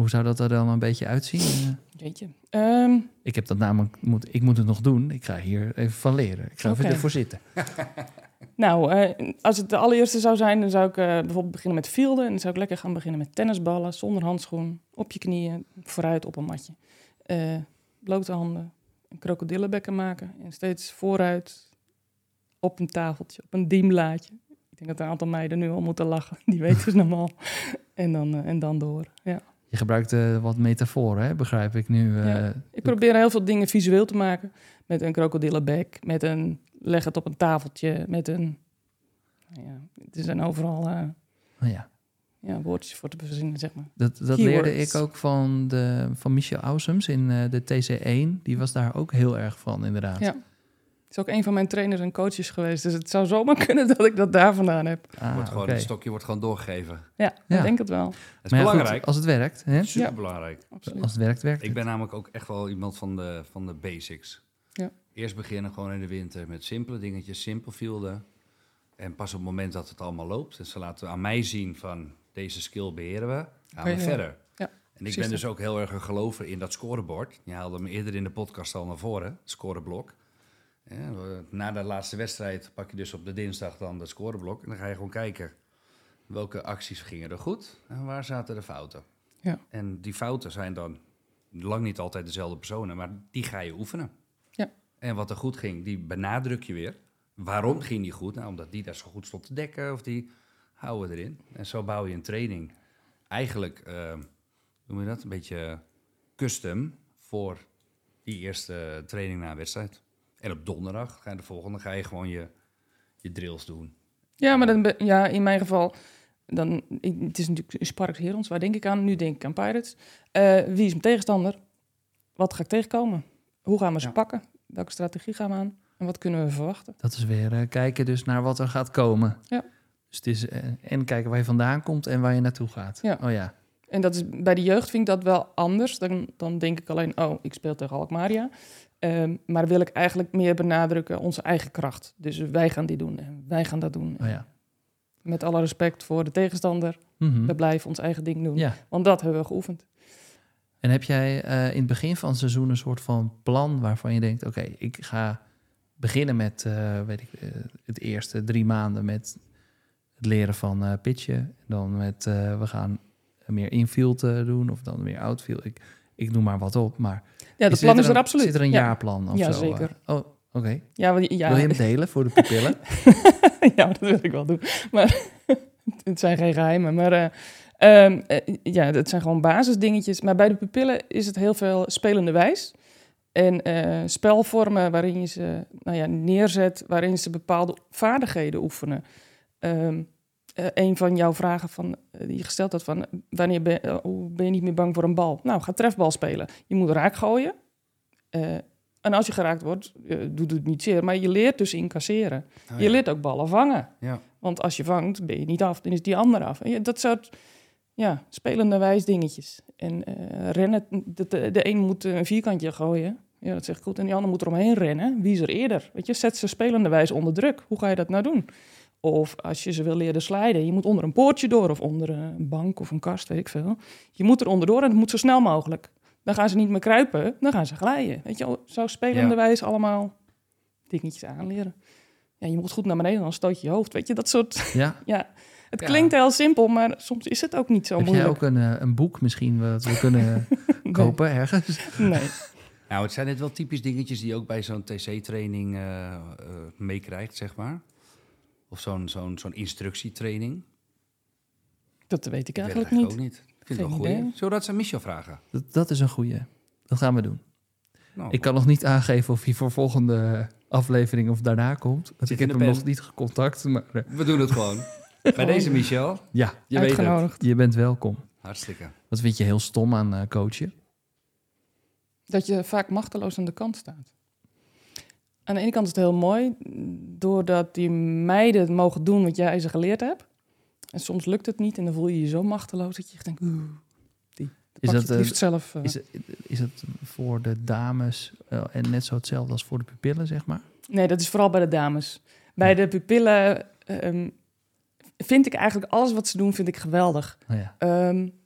Hoe zou dat er dan een beetje uitzien?
Jeetje.
Ik heb dat namelijk, ik moet het nog doen. Ik ga hier even van leren. Ik ga even
Oké.
ervoor zitten.
Nou, als het de allereerste zou zijn, dan zou ik bijvoorbeeld beginnen met fielden. En dan zou ik lekker gaan beginnen met tennisballen, zonder handschoen, op je knieën, vooruit op een matje. Blote handen, een krokodillenbekken maken en steeds vooruit op een tafeltje, op een dienblaadje. Ik denk dat een aantal meiden nu al moeten lachen, die weten het normaal. En dan door, ja.
Je gebruikt wat metaforen, hè? Begrijp ik nu.
Ja. Ik probeer heel veel dingen visueel te maken. Met een krokodillenbek, met een leg het op een tafeltje, met een... Nou ja, er zijn overal woordjes voor te verzinnen, zeg maar.
Dat
Keywords.
leerde ik ook van Michel Ausums in de TC1. Die was daar ook heel erg van, inderdaad.
Ja. Het is ook een van mijn trainers en coaches geweest. Dus het zou zomaar kunnen dat ik dat daar vandaan heb.
Oké.
Het stokje wordt gewoon doorgegeven.
Ja,
Ja.
ik denk het wel.
Dat is
Maar ja, goed,
belangrijk.
als het werkt, hè?
Superbelangrijk.
Absoluut.
Als het werkt, werkt
Ik
het.
ben namelijk ook echt wel iemand van de basics.
Ja.
Eerst beginnen gewoon in de winter met simpele dingetjes, simpel fielden. En pas op het moment dat het allemaal loopt, en ze laten aan mij zien van deze skill beheren we, gaan we
Ja.
verder.
Ja,
En ik
precies
ben dus
dat.
ook heel erg een gelover in dat scorebord. Je haalde hem eerder in de podcast al naar voren, het scoreblok. Na de laatste wedstrijd pak je dus op de dinsdag dan dat scoreblok. En dan ga je gewoon kijken welke acties gingen er goed en waar zaten de fouten.
Ja.
En die fouten zijn dan lang niet altijd dezelfde personen, maar die ga je oefenen.
Ja.
En wat er goed ging, die benadruk je weer. Waarom ging die goed? Nou, omdat die daar zo goed stond te dekken of die houden we erin. En zo bouw je een training. Eigenlijk, hoe noem je dat? Een beetje custom voor die eerste training na een wedstrijd. En op donderdag ga je de volgende, ga je gewoon je drills doen.
Ja, maar in mijn geval... het is natuurlijk Sparks Herons, waar denk ik aan? Nu denk ik aan Pirates. Wie is mijn tegenstander? Wat ga ik tegenkomen? Hoe gaan we ze pakken? Welke strategie gaan we aan? En wat kunnen we verwachten?
Dat is weer kijken dus naar wat er gaat komen.
Ja.
Dus het is en kijken waar je vandaan komt en waar je naartoe gaat.
Ja.
Oh ja.
En dat is, bij de jeugd vind ik dat wel anders. Dan denk ik alleen, ik speel tegen Alkmaria. Maar wil ik eigenlijk meer benadrukken onze eigen kracht. Dus wij gaan dit doen en wij gaan dat doen.
Oh ja.
Met alle respect voor de tegenstander.
Mhm.
We blijven ons eigen ding doen.
Ja.
Want dat hebben we geoefend.
En heb jij in het begin van het seizoen een soort van plan waarvan je denkt... oké, ik ga beginnen met het eerste 3 maanden met het leren van pitchen. Dan met we gaan meer infield doen of dan meer outfield. Ik noem maar wat op, maar...
Ja, de plan is er absoluut.
Zit er een
Ja.
jaarplan of
Ja,
zo?
zeker.
Oké.
Ja,
Wil je hem delen voor de pupillen?
ja, dat wil ik wel doen. Maar het zijn geen geheimen. Maar het zijn gewoon basisdingetjes. Maar bij de pupillen is het heel veel spelende wijs. En spelvormen waarin je ze neerzet, waarin ze bepaalde vaardigheden oefenen. Een van jouw vragen die je gesteld had van... hoe ben je niet meer bang voor een bal? Nou, ga trefbal spelen. Je moet raak gooien. En als je geraakt wordt, doet het niet zeer. Maar je leert dus incasseren. Je leert ook ballen vangen.
Ja.
Want als je vangt, ben je niet af, dan is die ander af. Dat soort spelende wijs dingetjes. En rennen, de een moet een vierkantje gooien. Ja, dat zegt goed. En die ander moet eromheen rennen. Wie is er eerder? Weet je, zet ze spelende wijs onder druk. Hoe ga je dat nou doen? Of als je ze wil leren sliden, je moet onder een poortje door... of onder een bank of een kast, weet ik veel. Je moet er onderdoor en het moet zo snel mogelijk. Dan gaan ze niet meer kruipen, dan gaan ze glijden. Weet je, zo spelende wijs allemaal dingetjes aanleren. Ja, je moet goed naar beneden, dan stoot je je hoofd. Weet je, dat soort...
Ja.
Het klinkt heel simpel, maar soms is het ook niet zo moeilijk.
Heb jij ook een boek misschien wat we kunnen kopen ergens?
Nee.
Nou, het zijn net wel typisch dingetjes die je ook bij zo'n TC-training meekrijgt, zeg maar. Of zo'n instructietraining.
Dat weet ik
Ik weet
eigenlijk
het
niet.
ook niet. Ik vind
Geen
het wel goed.
idee.
Zullen we dat aan Michel vragen?
Dat is een goeie. Dat gaan we doen.
Nou,
Ik kan nog niet aangeven of hij voor volgende aflevering of daarna komt. Want
Zit
ik
in
heb
de
hem
pen.
nog niet gecontact. Maar
we doen het gewoon. Bij deze, Michel.
ja,
Je weet het.
Uitgenodigd.
je bent welkom.
Hartstikke.
Wat vind je heel stom aan coachen?
Dat je vaak machteloos aan de kant staat. Aan de ene kant is het heel mooi, doordat die meiden het mogen doen wat jij ze geleerd hebt. En soms lukt het niet en dan voel je je zo machteloos dat je echt denkt,
Is
pak je
dat,
het liefst zelf.
Is het voor de dames en net zo hetzelfde als voor de pupillen, zeg maar?
Nee, dat is vooral bij de dames. Bij de pupillen vind ik eigenlijk alles wat ze doen, vind ik geweldig.
Oh ja.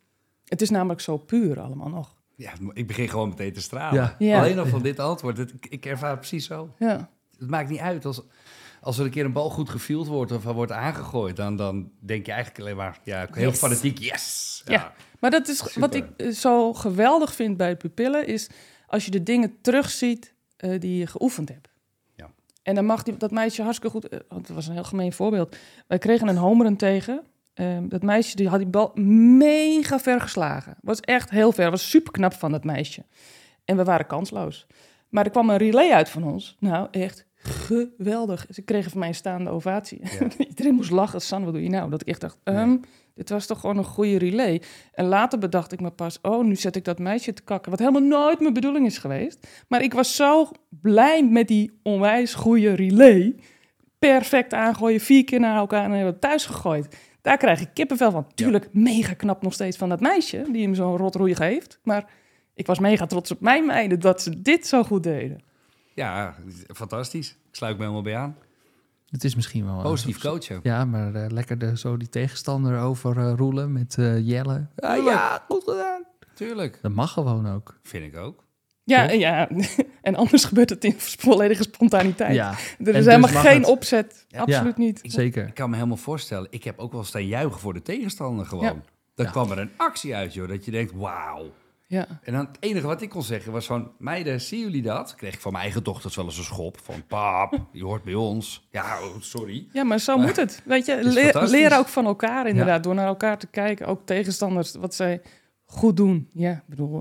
Het is namelijk zo puur allemaal nog.
Ja, ik begin gewoon meteen te stralen.
Ja.
Ja.
Alleen al van dit antwoord. Ik ervaar het precies zo.
Ja.
Het maakt niet uit. Als er een keer een bal goed gefield wordt of er wordt aangegooid, dan denk je eigenlijk alleen maar, heel
Yes.
fanatiek, yes!
Ja. Maar dat is
Super.
wat ik zo geweldig vind bij pupillen, is als je de dingen terugziet die je geoefend hebt.
Ja.
En dan mag dat meisje hartstikke goed... dat was een heel gemeen voorbeeld. Wij kregen een homerun tegen. Dat meisje die had die bal mega ver geslagen. Was echt heel ver. Was super knap van dat meisje. En we waren kansloos. Maar er kwam een relay uit van ons. Nou, echt geweldig. Ze kregen van mij een staande ovatie.
Ja.
Iedereen moest lachen. San, wat doe je nou? Dat ik echt dacht, dit was toch gewoon een goede relay. En later bedacht ik me pas, nu zet ik dat meisje te kakken. Wat helemaal nooit mijn bedoeling is geweest. Maar ik was zo blij met die onwijs goede relay. Perfect aangooien, 4 keer naar elkaar en hebben we thuis gegooid. Daar krijg ik kippenvel van. Tuurlijk, mega knap nog steeds van dat meisje, die hem zo'n rotroei geeft. Maar ik was mega trots op mijn meiden dat ze dit zo goed deden.
Ja, fantastisch. Ik sluit me helemaal bij aan.
Het is misschien wel...
Positief coachen.
Ja, maar lekker zo die tegenstander overroelen met Jelle. Ja, goed gedaan.
Tuurlijk.
Dat mag gewoon ook.
Vind ik ook.
Ja,
Toch?
ja. En anders gebeurt het in volledige spontaniteit.
Ja,
Er
en
is
dus
helemaal
mag
geen
het.
opzet.
Ja.
Absoluut niet.
zeker.
Ik kan me helemaal voorstellen, ik heb ook wel staan juichen voor de tegenstander gewoon.
Ja.
Dan
Ja.
kwam er een actie uit, joh, dat je denkt, wauw.
Ja.
En dan het enige wat ik kon zeggen was van, meiden, zien jullie dat? Kreeg ik van mijn eigen dochters wel eens een schop van, pap, je hoort bij ons. Ja, sorry.
Ja, maar zo moet het. Weet je,
is fantastisch.
leren ook van elkaar inderdaad. Door naar elkaar te kijken. Ook tegenstanders, wat zij goed doen. Ja, ik bedoel,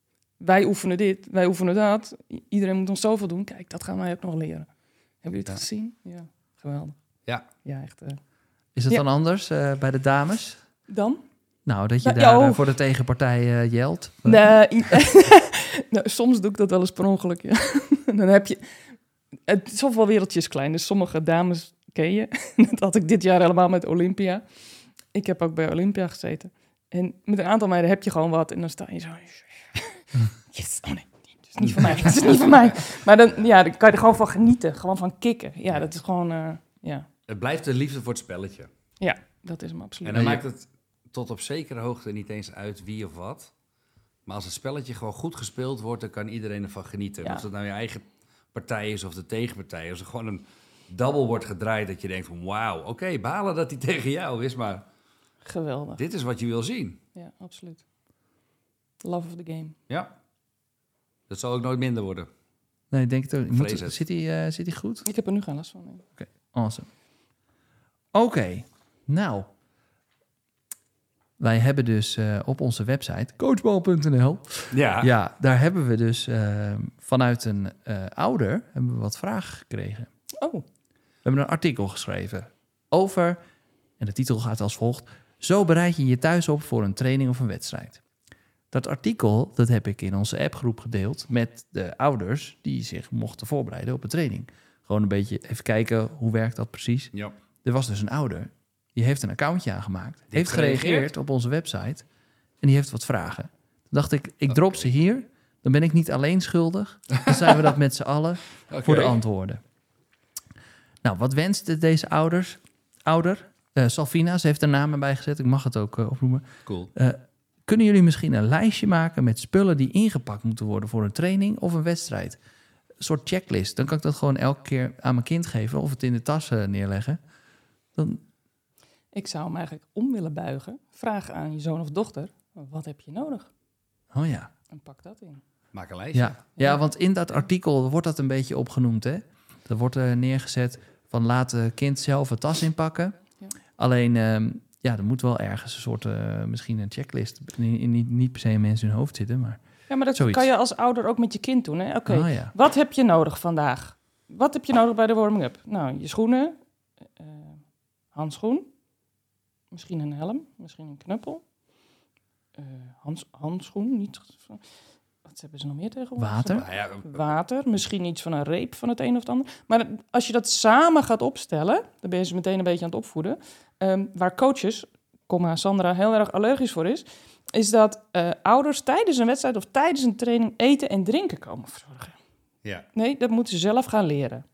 wij oefenen dit, wij oefenen dat. Iedereen moet ons zoveel doen. Kijk, dat gaan wij ook nog leren. Hebben jullie het gezien? Ja, geweldig.
Ja.
Ja, echt.
Is het
Ja.
dan anders bij de dames?
Dan?
Nou, dat je
Ja,
daar
oh.
voor de tegenpartij jelt?
Nee, nou, soms doe ik dat wel eens per ongeluk, ja. Dan heb je... Het is zoveel wereldjes klein, dus sommige dames ken je. Dat had ik dit jaar helemaal met Olympia. Ik heb ook bij Olympia gezeten. En met een aantal meiden heb je gewoon wat. En dan sta je zo... Yes, oh nee, het is niet van mij. Het is niet van mij. Maar dan kan je er gewoon van genieten. Gewoon van kicken. Ja, dat is gewoon...
Het blijft de liefde voor het spelletje.
Ja, dat is hem absoluut.
En dan maakt het tot op zekere hoogte niet eens uit wie of wat. Maar als het spelletje gewoon goed gespeeld wordt, dan kan iedereen ervan genieten.
Ja.
Of het nou je eigen partij is of de tegenpartij. Als er gewoon een double wordt gedraaid, dat je denkt van wauw, oké, balen dat die tegen jou is, maar
Geweldig.
dit is wat je wil zien.
Ja, absoluut. Love of the game.
Ja. Dat zal ook nooit minder worden.
Nee, ik denk het ook.
Vrees het.
Zit hij goed?
Ik heb er nu geen last van. Nee.
Awesome. Oké, nou. Wij hebben dus op onze website, coachbal.nl... Ja, daar hebben we dus vanuit een ouder hebben we wat vragen gekregen.
Oh,
We hebben een artikel geschreven over, en de titel gaat als volgt: Zo bereid je je thuis op voor een training of een wedstrijd. Dat artikel, dat heb ik in onze appgroep gedeeld met de ouders die zich mochten voorbereiden op een training. Gewoon een beetje even kijken, hoe werkt dat precies?
Ja.
Er was dus een ouder, die heeft een accountje aangemaakt, heeft
gereageerd?
gereageerd op onze website en die heeft wat vragen. Toen dacht ik drop ze hier, dan ben ik niet alleen schuldig. Dan zijn we dat met z'n allen voor de antwoorden. Nou, wat wenste deze ouder? Salvina, ze heeft een naam erbij gezet, ik mag het ook opnoemen.
Cool.
Kunnen jullie misschien een lijstje maken met spullen die ingepakt moeten worden voor een training of een wedstrijd? Een soort checklist. Dan kan ik dat gewoon elke keer aan mijn kind geven of het in de tas neerleggen. Dan,
ik zou hem eigenlijk om willen buigen. Vraag aan je zoon of dochter, wat heb je nodig?
oh ja.
En pak dat in.
Maak een lijstje.
Ja, want in dat artikel wordt dat een beetje opgenoemd, hè? Er wordt neergezet van laat het kind zelf een tas inpakken.
Ja.
Alleen, er moet wel ergens een soort, misschien een checklist, niet per se in mensen hun hoofd zitten, maar...
Ja, maar dat
Zoiets.
kan je als ouder ook met je kind doen. Hè? Oké,
Oh ja.
wat heb je nodig vandaag? Wat heb je nodig bij de warming-up? Nou, je schoenen, handschoen, misschien een helm, misschien een knuppel, handschoen, niet... Wat hebben ze nog meer tegenwoordig?
Water?
Nou ja,
Water, misschien iets van een reep van het een of het ander. Maar als je dat samen gaat opstellen, dan ben je ze meteen een beetje aan het opvoeden. Waar coaches, Sandra, heel erg allergisch voor is dat ouders tijdens een wedstrijd of tijdens een training eten en drinken komen verzorgen.
ja.
Nee, dat moeten ze zelf gaan leren.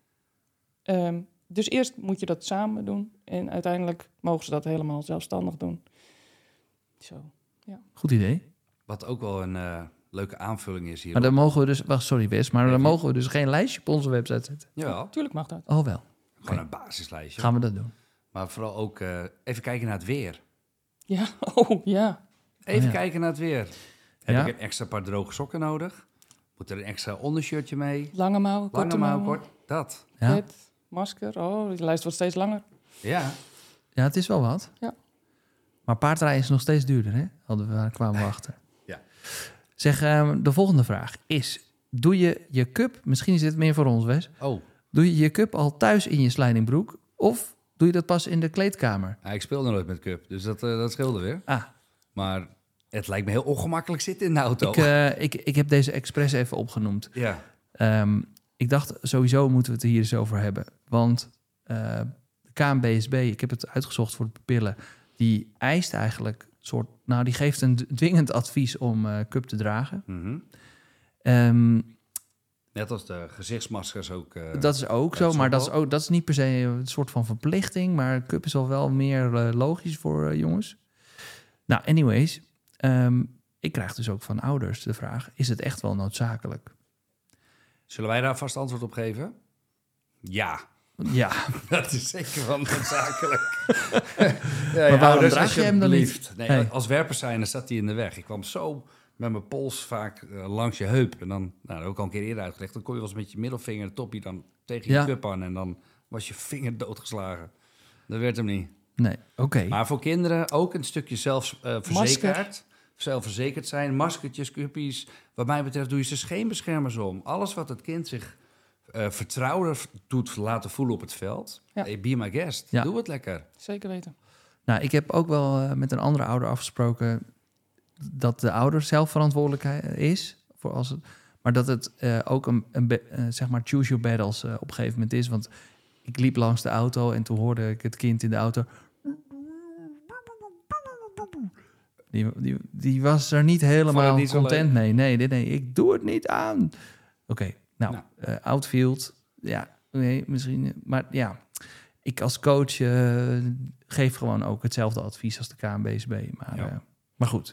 Dus eerst moet je dat samen doen en uiteindelijk mogen ze dat helemaal zelfstandig doen. Zo. Ja.
Goed idee.
Wat ook wel een leuke aanvulling is hier.
Maar dan mogen we dus... Wacht, sorry Wes, maar dan
Even.
mogen we dus geen lijstje op onze website zetten.
Ja,
Tuurlijk mag dat.
Oh wel.
gewoon een basislijstje.
Gaan we dat doen.
Maar vooral ook even kijken naar het weer.
Ja, oh ja.
Even
ja.
kijken naar het weer. Heb
Ja?
ik een extra paar droge sokken nodig? Moet er een extra ondershirtje mee?
Lange mouwen, korte
Lange mouw,
mouwen.
kort? Dat.
Ja?
Pet, masker. Oh, die lijst wordt steeds langer.
Ja.
Ja, het is wel wat.
Ja.
Maar paardrijden is nog steeds duurder, hè? Kwamen we achter.
Ja.
Zeg, de volgende vraag is... Doe je je cup... Misschien is dit meer voor ons, Wes.
Oh,
Doe je je cup al thuis in je slijdingbroek? Of doe je dat pas in de kleedkamer?
ik speelde nooit met cup, dus dat scheelde weer.
Ah,
Maar het lijkt me heel ongemakkelijk zitten in de auto.
ik heb deze expres even opgenoemd.
Ja.
Ik dacht, sowieso moeten we het er hier eens over hebben. Want de KNBSB, ik heb het uitgezocht voor de pupillen... die eist eigenlijk die geeft een dwingend advies om cup te dragen.
Mhm.
Ehm,
Net als de gezichtsmaskers ook.
dat is ook
bij
zo, maar
voetbal.
dat is niet per se een soort van verplichting... maar cup is al wel meer logisch voor jongens. Nou, anyways... ik krijg dus ook van ouders de vraag... is het echt wel noodzakelijk?
Zullen wij daar vast antwoord op geven? Ja,
Ja,
dat is zeker wel noodzakelijk.
Maar waarom draag je hem dan niet?
alsjeblieft. Nee,
Nee.
als werper zijnde zat hij in de weg. Ik kwam zo met mijn pols vaak langs je heup. En dan, dat heb ik al een keer eerder uitgelegd... dan kon je wel eens met je middelvinger, toppie dan tegen
Ja.
je cup aan... en dan was je vinger doodgeslagen. Dat werd hem niet.
nee, oké.
Maar voor kinderen ook een stukje zelfverzekerd zijn. Maskertjes, cuppies. Wat mij betreft doe je ze scheenbeschermers om. Alles wat het kind zich vertrouwen doet laten voelen op het veld.
Ja.
Hey, be my guest.
Ja.
Doe het lekker.
Zeker weten.
Nou, ik heb ook wel met een andere ouder afgesproken... dat de ouder zelf verantwoordelijk is. Maar dat het ook zeg maar choose your battles op een gegeven moment is. Want ik liep langs de auto en toen hoorde ik het kind in de auto... Die was er niet
Vond
helemaal
het niet zo
content mee. Nee, ik doe het niet aan. Oké, nou, outfield. Ja, nee, misschien... Maar ja, ik als coach geef gewoon ook hetzelfde advies als de KNBSB. Maar goed.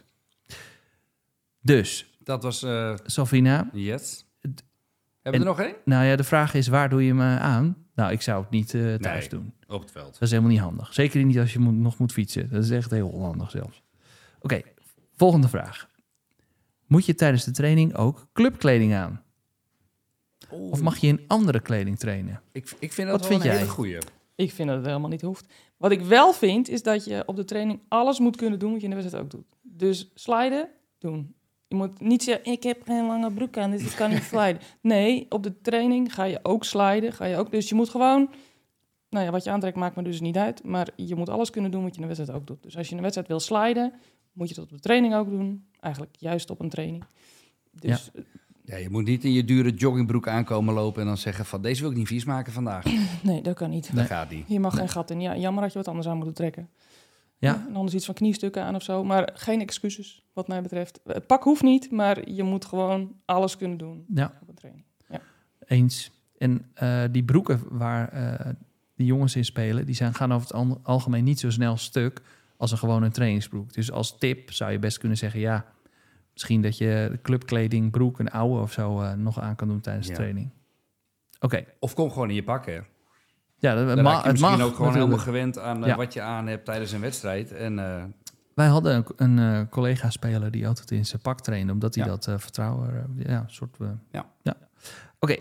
Dus,
Dat was
Safina.
yes. Hebben we er nog één?
Nou ja, de vraag is, waar doe je me aan? Nou, ik zou het niet thuis
Nee.
doen.
Op het veld.
Dat is helemaal niet handig. Zeker niet als je nog moet fietsen. Dat is echt heel onhandig zelfs. Oké, volgende vraag. Moet je tijdens de training ook clubkleding aan? Of mag je in andere kleding trainen?
Ik vind dat
Wat
wel
vind
een hele
jij?
goeie.
Ik vind dat het helemaal niet hoeft. Wat ik wel vind, is dat je op de training alles moet kunnen doen wat je in de wedstrijd ook doet. Dus sliden, doen. Je moet niet zeggen, ik heb geen lange broek aan, dus ik kan niet sliden. Nee, op de training ga je ook sliden. Dus je moet gewoon... Nou ja, wat je aantrekt maakt me dus niet uit. Maar je moet alles kunnen doen wat je in de wedstrijd ook doet. Dus als je in een wedstrijd wil sliden, moet je dat op de training ook doen. Eigenlijk juist op een training. Dus
Ja, je moet niet in je dure joggingbroek aankomen lopen... en dan zeggen van, deze wil ik niet vies maken vandaag.
nee, dat kan niet.
Dat gaat niet.
Je mag geen gat in. Ja, jammer dat je wat anders aan moet trekken.
Ja.
En anders iets van kniestukken aan of zo. Maar geen excuses, wat mij betreft. Het pak hoeft niet, maar je moet gewoon alles kunnen doen
Ja,
op een training.
eens. En die broeken waar die jongens in spelen... die gaan over het algemeen niet zo snel stuk... als een gewone trainingsbroek. Dus als tip zou je best kunnen zeggen... ja, misschien dat je de clubkleding, broek, een oude of zo... nog aan kan doen tijdens de
Ja.
training. Oké.
Of kom gewoon in je pakken.
Ja,
Dan raak je
het
misschien
mag
ook gewoon
natuurlijk.
helemaal gewend aan
Ja.
wat je aan hebt tijdens een wedstrijd. En
Wij hadden een collega-speler die altijd in zijn pak trainde... omdat hij
Ja.
dat vertrouwen...
Ja.
Oké,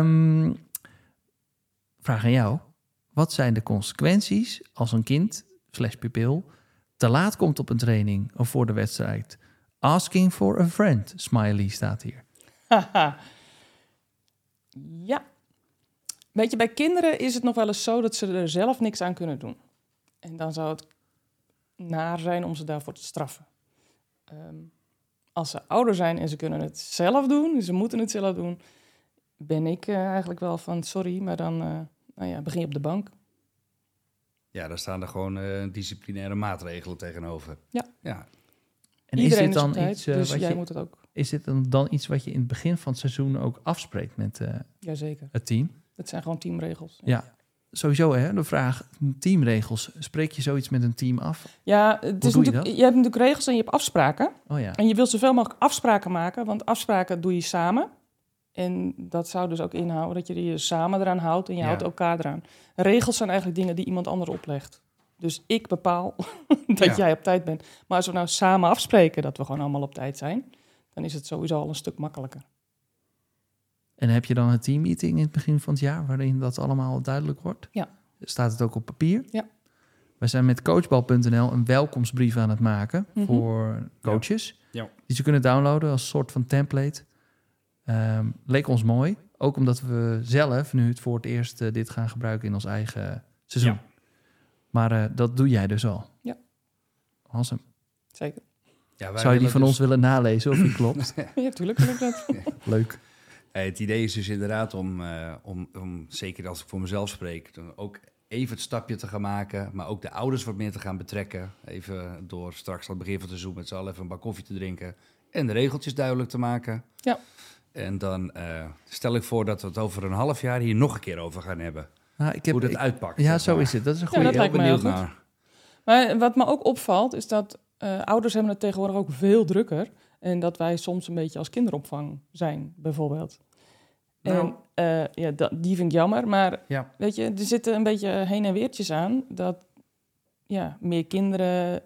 vraag aan jou. Wat zijn de consequenties als een kind, /pupil... te laat komt op een training of voor de wedstrijd? Asking for a friend, smiley staat hier.
Haha. Ja. Weet je, bij kinderen is het nog wel eens zo dat ze er zelf niks aan kunnen doen. En dan zou het naar zijn om ze daarvoor te straffen. Als ze ouder zijn en ze kunnen het zelf doen, ze moeten het zelf doen, ben ik eigenlijk wel van sorry, maar dan begin je op de bank.
ja, daar staan er gewoon disciplinaire maatregelen tegenover.
Ja.
En
Iedereen
is dit dan
op tijd,
iets
dus jij moet het ook.
Is dit dan iets wat je in het begin van het seizoen ook afspreekt met
Jazeker.
het team?
Het zijn gewoon teamregels.
Ja. sowieso de vraag, teamregels. Spreek je zoiets met een team af?
Ja, het is
doe je
natuurlijk,
dat?
je hebt natuurlijk regels en je hebt afspraken.
Oh ja.
En je wilt zoveel mogelijk afspraken maken, want afspraken doe je samen. En dat zou dus ook inhouden dat je je samen eraan houdt en je houdt elkaar eraan. Regels zijn eigenlijk dingen die iemand anders oplegt. Dus ik bepaal dat jij op tijd bent. Maar als we nou samen afspreken dat we gewoon allemaal op tijd zijn, dan is het sowieso al een stuk makkelijker.
En heb je dan een teammeeting in het begin van het jaar waarin dat allemaal duidelijk wordt?
Ja.
Staat het ook op papier?
Ja.
We zijn met coachbal.nl een welkomstbrief aan het maken voor coaches.
Ja.
Die ze kunnen downloaden als soort van template. Leek ons mooi. Ook omdat we zelf nu het voor het eerst dit gaan gebruiken in ons eigen seizoen.
Ja.
Maar dat doe jij dus al.
Ja.
Awesome.
Zeker.
Ja,
Zou je die van ons willen nalezen of die klopt?
Ja, tuurlijk wil ik dat.
Leuk.
Het idee is dus inderdaad om, zeker als ik voor mezelf spreek, dan ook even het stapje te gaan maken, maar ook de ouders wat meer te gaan betrekken. Even door straks aan het begin van het seizoen met z'n allen even een bak koffie te drinken en de regeltjes duidelijk te maken.
Ja.
En dan stel ik voor dat we het over een half jaar hier nog een keer over gaan hebben.
Nou,
Hoe dat uitpakt.
Ja,
zeg
zo
maar.
is het. Dat is een
Ja,
goede.
dat lijkt me heel
Benieuwd
goed.
naar.
Maar wat me ook opvalt, is dat ouders hebben het tegenwoordig ook veel drukker. En dat wij soms een beetje als kinderopvang zijn, bijvoorbeeld.
Nou.
En die vind ik jammer. Maar
Ja.
weet je, er zitten een beetje heen en weertjes aan. Dat meer kinderen,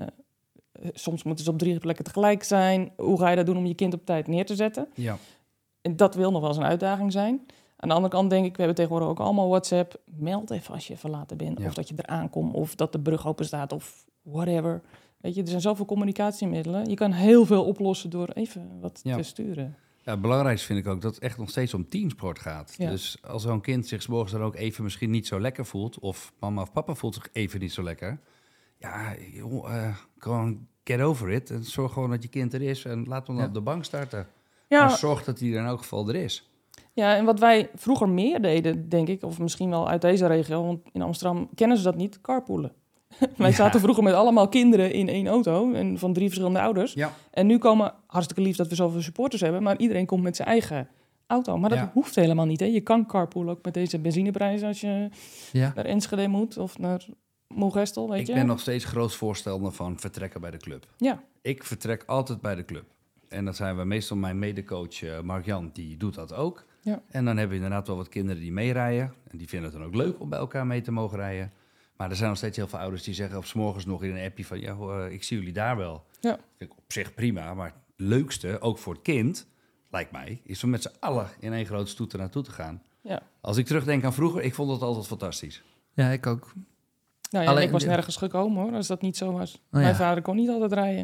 soms moeten ze op 3 plekken tegelijk zijn. Hoe ga je dat doen om je kind op tijd neer te zetten?
Ja.
En dat wil nog wel eens een uitdaging zijn. Aan de andere kant denk ik, we hebben tegenwoordig ook allemaal WhatsApp. Meld even als je even later bent.
Ja.
Of dat je eraan komt. Of dat de brug open staat. Of whatever. Weet je, er zijn zoveel communicatiemiddelen. Je kan heel veel oplossen door even wat
Ja.
te sturen.
Ja, het belangrijkste vind ik ook dat het echt nog steeds om teamsport gaat.
Ja.
Dus als zo'n kind zich 's morgens dan ook even misschien niet zo lekker voelt, of mama of papa voelt zich even niet zo lekker, ja, joh, gewoon get over it. En zorg gewoon dat je kind er is en laat hem dan op de bank starten.
Ja,
Maar zorg dat hij er in elk geval er is.
ja, en wat wij vroeger meer deden, denk ik, of misschien wel uit deze regio, want in Amsterdam kennen ze dat niet, carpoolen. Wij
Ja.
zaten vroeger met allemaal kinderen in 1 auto en van 3 verschillende ouders.
Ja,
En nu komen, hartstikke lief dat we zoveel supporters hebben, maar iedereen komt met zijn eigen auto. Maar dat
Ja.
hoeft helemaal niet. Hè? Je kan carpoolen ook met deze benzineprijzen als je
Ja.
naar Enschede moet of naar Moergestel, weet
ik
je.
ben nog steeds groot voorstander van vertrekken bij de club.
Ja,
Ik vertrek altijd bij de club. En dan zijn we meestal mijn medecoach Mark-Jan, die doet dat ook.
Ja.
En dan hebben we inderdaad wel wat kinderen die meerijden. En die vinden het dan ook leuk om bij elkaar mee te mogen rijden. Maar er zijn nog steeds heel veel ouders die zeggen, of 's morgens nog in een appje van, ja, ik zie jullie daar wel.
Ja.
Dat vind ik op zich prima, maar het leukste, ook voor het kind, lijkt mij, is om met z'n allen in één grote stoet er naartoe te gaan.
ja.
Als ik terugdenk aan vroeger, ik vond dat altijd fantastisch.
Ja, ik ook.
Nou ja,
Alleen-
ik was nergens gekomen hoor, als dat niet zo was.
ja.
Mijn vader kon niet altijd rijden.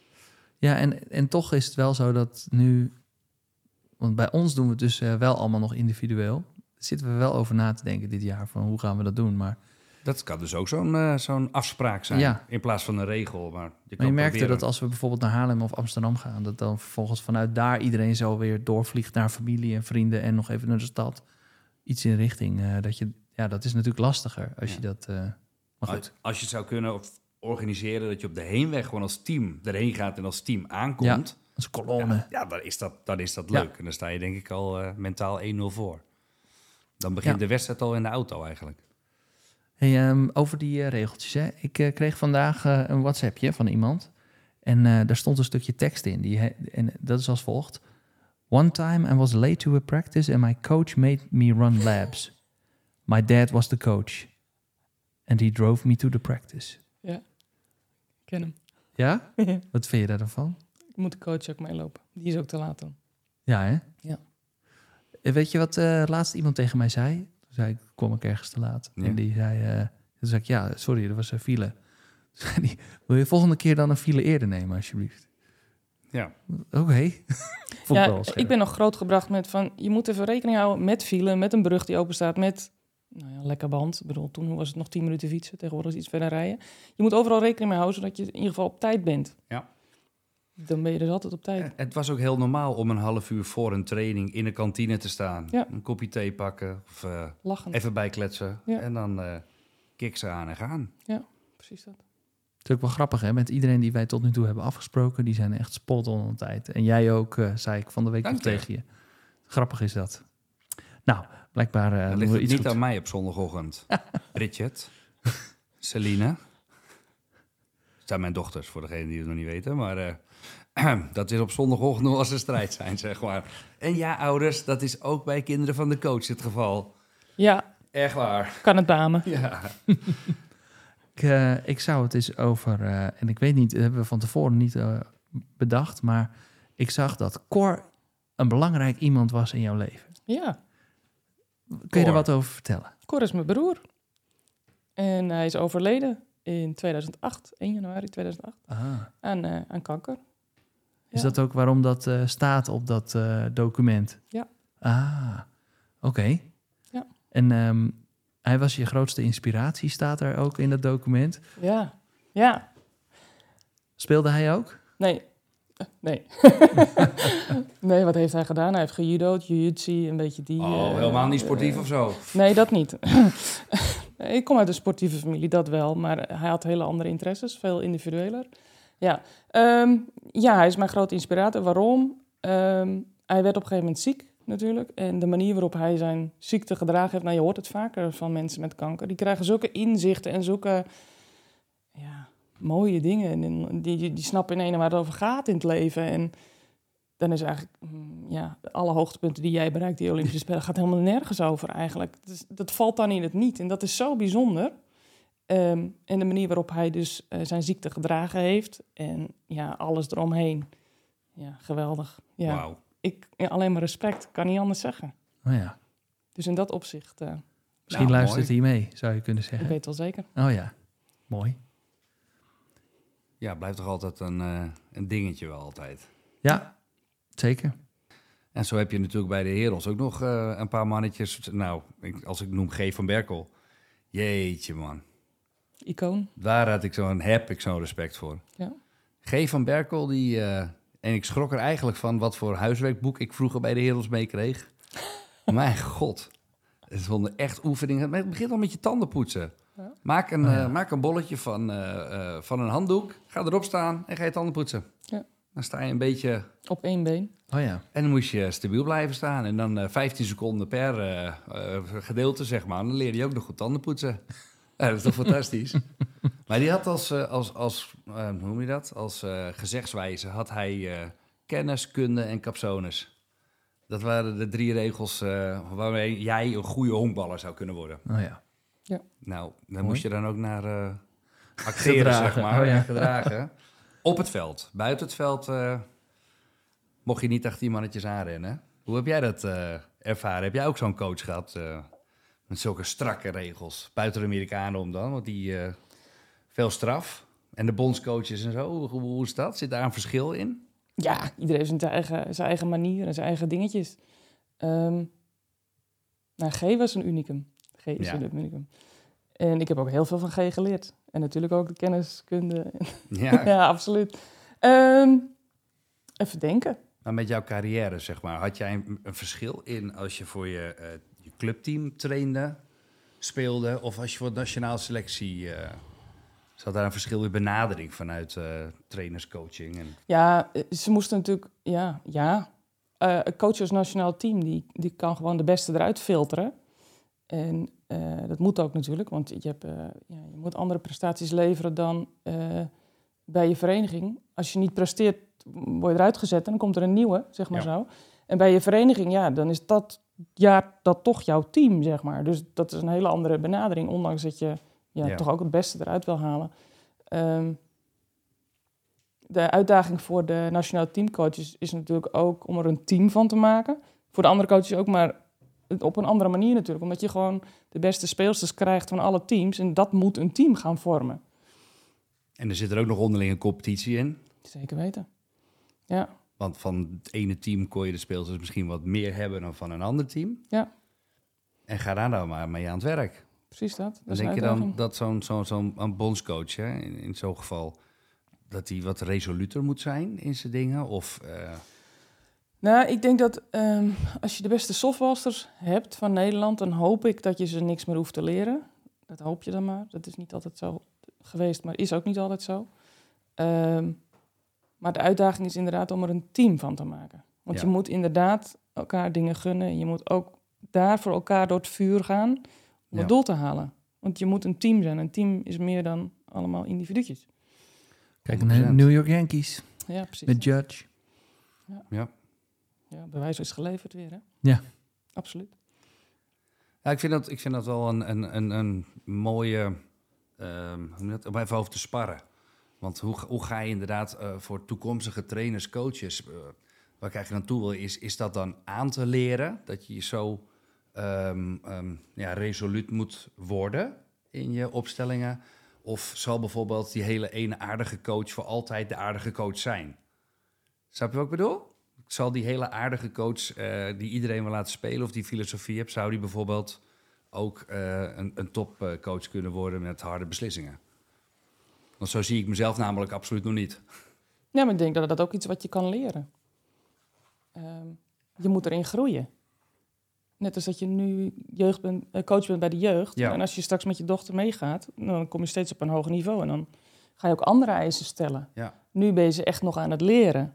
Ja, en toch is het wel zo dat nu... Want bij ons doen we het dus wel allemaal nog individueel. Daar zitten we wel over na te denken dit jaar, van hoe gaan we dat doen. Maar
Dat kan dus ook zo'n afspraak zijn,
Ja.
in plaats van een regel. Maar je
je merkte
proberen-
dat als we bijvoorbeeld naar Haarlem of Amsterdam gaan... dat dan vervolgens vanuit daar iedereen zo weer doorvliegt naar familie en vrienden... en nog even naar de stad. Iets in richting. Dat is natuurlijk lastiger als je dat... maar goed.
Als je het zou kunnen organiseren dat je op de heenweg gewoon als team erheen gaat en als team aankomt...
Als kolonne.
Ja, dan is dat
Ja.
leuk. En dan sta je denk ik al mentaal 1-0 voor. Dan begint de wedstrijd al in de auto eigenlijk.
Hey, over die regeltjes. Hè. Ik kreeg vandaag een WhatsAppje van iemand. En daar stond een stukje tekst in. En dat is als volgt. One time I was late to a practice and my coach made me run laps. My dad was the coach. And he drove me to the practice.
Ja, ik ken hem.
Ja? Wat vind je daar dan van?
Ik moet de coach ook meelopen. Die is ook te laat dan.
Ja, hè?
Ja.
Weet je wat laatst iemand tegen mij zei? Toen zei ik, kom ik ergens te laat.
Ja.
En die zei, toen zei ik, ja, sorry, er was een file. Toen zei die, wil je volgende keer dan een file eerder nemen, alsjeblieft?
Ja.
Oké. Vond ik wel
Ja,
scherp.
ik ben nog grootgebracht met van... je moet even rekening houden met file, met een brug die open staat... met lekker band. Ik bedoel, toen was het nog 10 minuten fietsen. Tegenwoordig is het iets verder rijden. Je moet overal rekening mee houden... zodat je in ieder geval op tijd bent.
Ja.
Dan ben je dus altijd op tijd.
Het was ook heel normaal om een half uur voor een training in de kantine te staan.
Ja.
Een kopje thee pakken of
Lachen.
even bijkletsen.
Ja.
En dan kiksen aan en gaan.
Precies dat.
Het is ook wel grappig, hè? Met iedereen die wij tot nu toe hebben afgesproken... die zijn echt spot on tijd. En jij ook, zei ik van de week nog
Dank je.
tegen je. Grappig is dat. Nou, Blijkbaar
Dan
doen
ligt
we
het
iets
niet
goed.
aan mij op zondagochtend. Bridget, Celine. Dat zijn mijn dochters, voor degenen die het nog niet weten. Maar dat is op zondagochtend nog als een strijd zijn, zeg maar. En ja, ouders, dat is ook bij kinderen van de coach het geval.
Ja,
Echt waar.
kan het bamen.
Ja.
Ik zou het eens over... en ik weet niet, dat hebben we van tevoren niet bedacht... maar ik zag dat Cor een belangrijk iemand was in jouw leven.
Ja,
Kun je er
Cor.
wat over vertellen?
Cor is mijn broer. En hij is overleden in 2008, 1 januari 2008, aan kanker.
Is
Ja.
dat ook waarom dat staat op dat document?
Ja.
Oké.
Ja.
En hij was je grootste inspiratie, staat er ook in dat document.
Ja.
Speelde hij ook?
Nee. Nee, wat heeft hij gedaan? Hij heeft gejudo'd, jiu-jitsu, een beetje die...
Helemaal niet sportief of zo.
Nee, dat niet. Nee, ik kom uit een sportieve familie, dat wel. Maar hij had hele andere interesses, veel individueler. Ja, hij is mijn grote inspirator. Waarom? Hij werd op een gegeven moment ziek, natuurlijk. En de manier waarop hij zijn ziekte gedragen heeft... Nou, je hoort het vaker van mensen met kanker. Die krijgen zulke inzichten en zulke mooie dingen. En die snappen in ene waar het over gaat in het leven. En dan is eigenlijk... alle hoogtepunten die jij bereikt, die Olympische Spelen... gaat helemaal nergens over eigenlijk. Dus dat valt dan in het niet. En dat is zo bijzonder... en de manier waarop hij dus zijn ziekte gedragen heeft. En alles eromheen. Ja, geweldig. Ja,
Wauw.
alleen maar respect, kan niet anders zeggen.
Oh ja.
Dus in dat opzicht,
Misschien
Nou,
luistert
mooi.
hij mee, zou je kunnen
ik
zeggen.
weet wel zeker.
Oh ja, mooi.
Ja, blijft toch altijd een dingetje wel altijd.
Ja, zeker.
En zo heb je natuurlijk bij de Herels ook nog een paar mannetjes. Nou, als ik noem G. van Berkel. Jeetje, man.
Icoon.
Daar heb ik zo'n respect voor.
Ja.
G. van Berkel, die... en ik schrok er eigenlijk van wat voor huiswerkboek ik vroeger bij de Herels meekreeg. Mijn god. Het vonden echt oefeningen. Maar het begint al met je tanden poetsen.
Ja.
Maak een bolletje van een handdoek. Ga erop staan en ga je tanden poetsen.
Ja.
Dan sta je een beetje...
Op 1 been.
Oh ja.
En dan moest je stabiel blijven staan. En dan 15 seconden per gedeelte, zeg maar. Dan leer je ook nog goed tanden poetsen. Ja, dat is toch fantastisch? Maar die had hoe noem je dat? Als gezechtswijze had hij kennis, kunde en capsones. Dat waren de 3 regels waarmee jij een goede honkballer zou kunnen worden.
Oh ja.
Nou, daar
Mooi.
moest je dan ook naar acteren,
Gedragen.
zeg maar.
Oh ja.
En gedragen. Op het veld. Buiten het veld mocht je niet achter die mannetjes aanrennen. Hoe heb jij dat ervaren? Heb jij ook zo'n coach gehad met zulke strakke regels? Buiten de Amerikanen om dan, want die veel straf. En de bondscoaches en zo, hoe is dat? Zit daar een verschil in?
Ja, iedereen heeft zijn eigen manier en zijn eigen dingetjes. G was een unicum. G is
Ja.
een unicum. En ik heb ook heel veel van G geleerd. En natuurlijk ook de kenniskunde.
Ja,
Ja, absoluut. Even denken.
maar met jouw carrière, zeg maar, had jij een verschil in als je voor je clubteam trainde, speelde, of als je voor de nationale selectie... Zat daar een verschil in benadering vanuit trainerscoaching? En...
Ja, ze moesten natuurlijk... een coach als nationaal team, die kan gewoon de beste eruit filteren. En dat moet ook natuurlijk, want je moet andere prestaties leveren dan bij je vereniging. Als je niet presteert, word je eruit gezet en dan komt er een nieuwe, zeg maar zo. En bij je vereniging, dan is dat toch jouw team, zeg maar. Dus dat is een hele andere benadering, ondanks dat je toch ook het beste eruit wil halen. De uitdaging voor de nationale teamcoaches is natuurlijk ook om er een team van te maken. Voor de andere coaches ook, maar op een andere manier natuurlijk. Omdat je gewoon de beste speelsters krijgt van alle teams. En dat moet een team gaan vormen.
En er zit er ook nog onderlinge competitie in.
Zeker weten. Ja.
Want van het ene team kon je de speelsters misschien wat meer hebben dan van een ander team.
Ja.
En ga daar nou maar mee aan het werk.
Precies dat.
Dan
Dat is een
denk je dan
uitdaging.
dat zo'n bondscoach, hè, in zo'n geval, dat hij wat resoluter moet zijn in zijn dingen? Of,
Nou, ik denk dat als je de beste softballsters hebt van Nederland, dan hoop ik dat je ze niks meer hoeft te leren. Dat hoop je dan maar. Dat is niet altijd zo geweest, maar is ook niet altijd zo. Maar de uitdaging is inderdaad om er een team van te maken. Want
Ja.
je moet inderdaad elkaar dingen gunnen. Je moet ook daar voor elkaar door het vuur gaan om
Ja.
het doel te halen. Want je moet een team zijn. Een team is meer dan allemaal individuutjes.
Kijk
100%.
naar de New York Yankees
Ja, precies.
met Judge.
Ja.
Ja, bewijs is geleverd weer, hè?
Ja.
Absoluut.
Ja, ik vind dat wel een mooie... hoe noem je dat? Om even over te sparren. Want hoe ga je inderdaad voor toekomstige trainers, coaches... waar ik eigenlijk naartoe wil, is dat dan aan te leren? Dat je zo resoluut moet worden in je opstellingen? Of zal bijvoorbeeld die hele ene aardige coach voor altijd de aardige coach zijn? Snap je wat ik bedoel? Zal die hele aardige coach die iedereen wil laten spelen... of die filosofie hebt, zou die bijvoorbeeld ook een topcoach kunnen worden... met harde beslissingen? Want zo zie ik mezelf namelijk absoluut nog niet.
Ja, maar ik denk dat dat ook iets wat je kan leren. Je moet erin groeien. Net als dat je nu coach bent bij de jeugd.
Ja.
En als je straks met je dochter meegaat, dan kom je steeds op een hoger niveau. En dan ga je ook andere eisen stellen.
Ja.
Nu ben je ze echt nog aan het leren.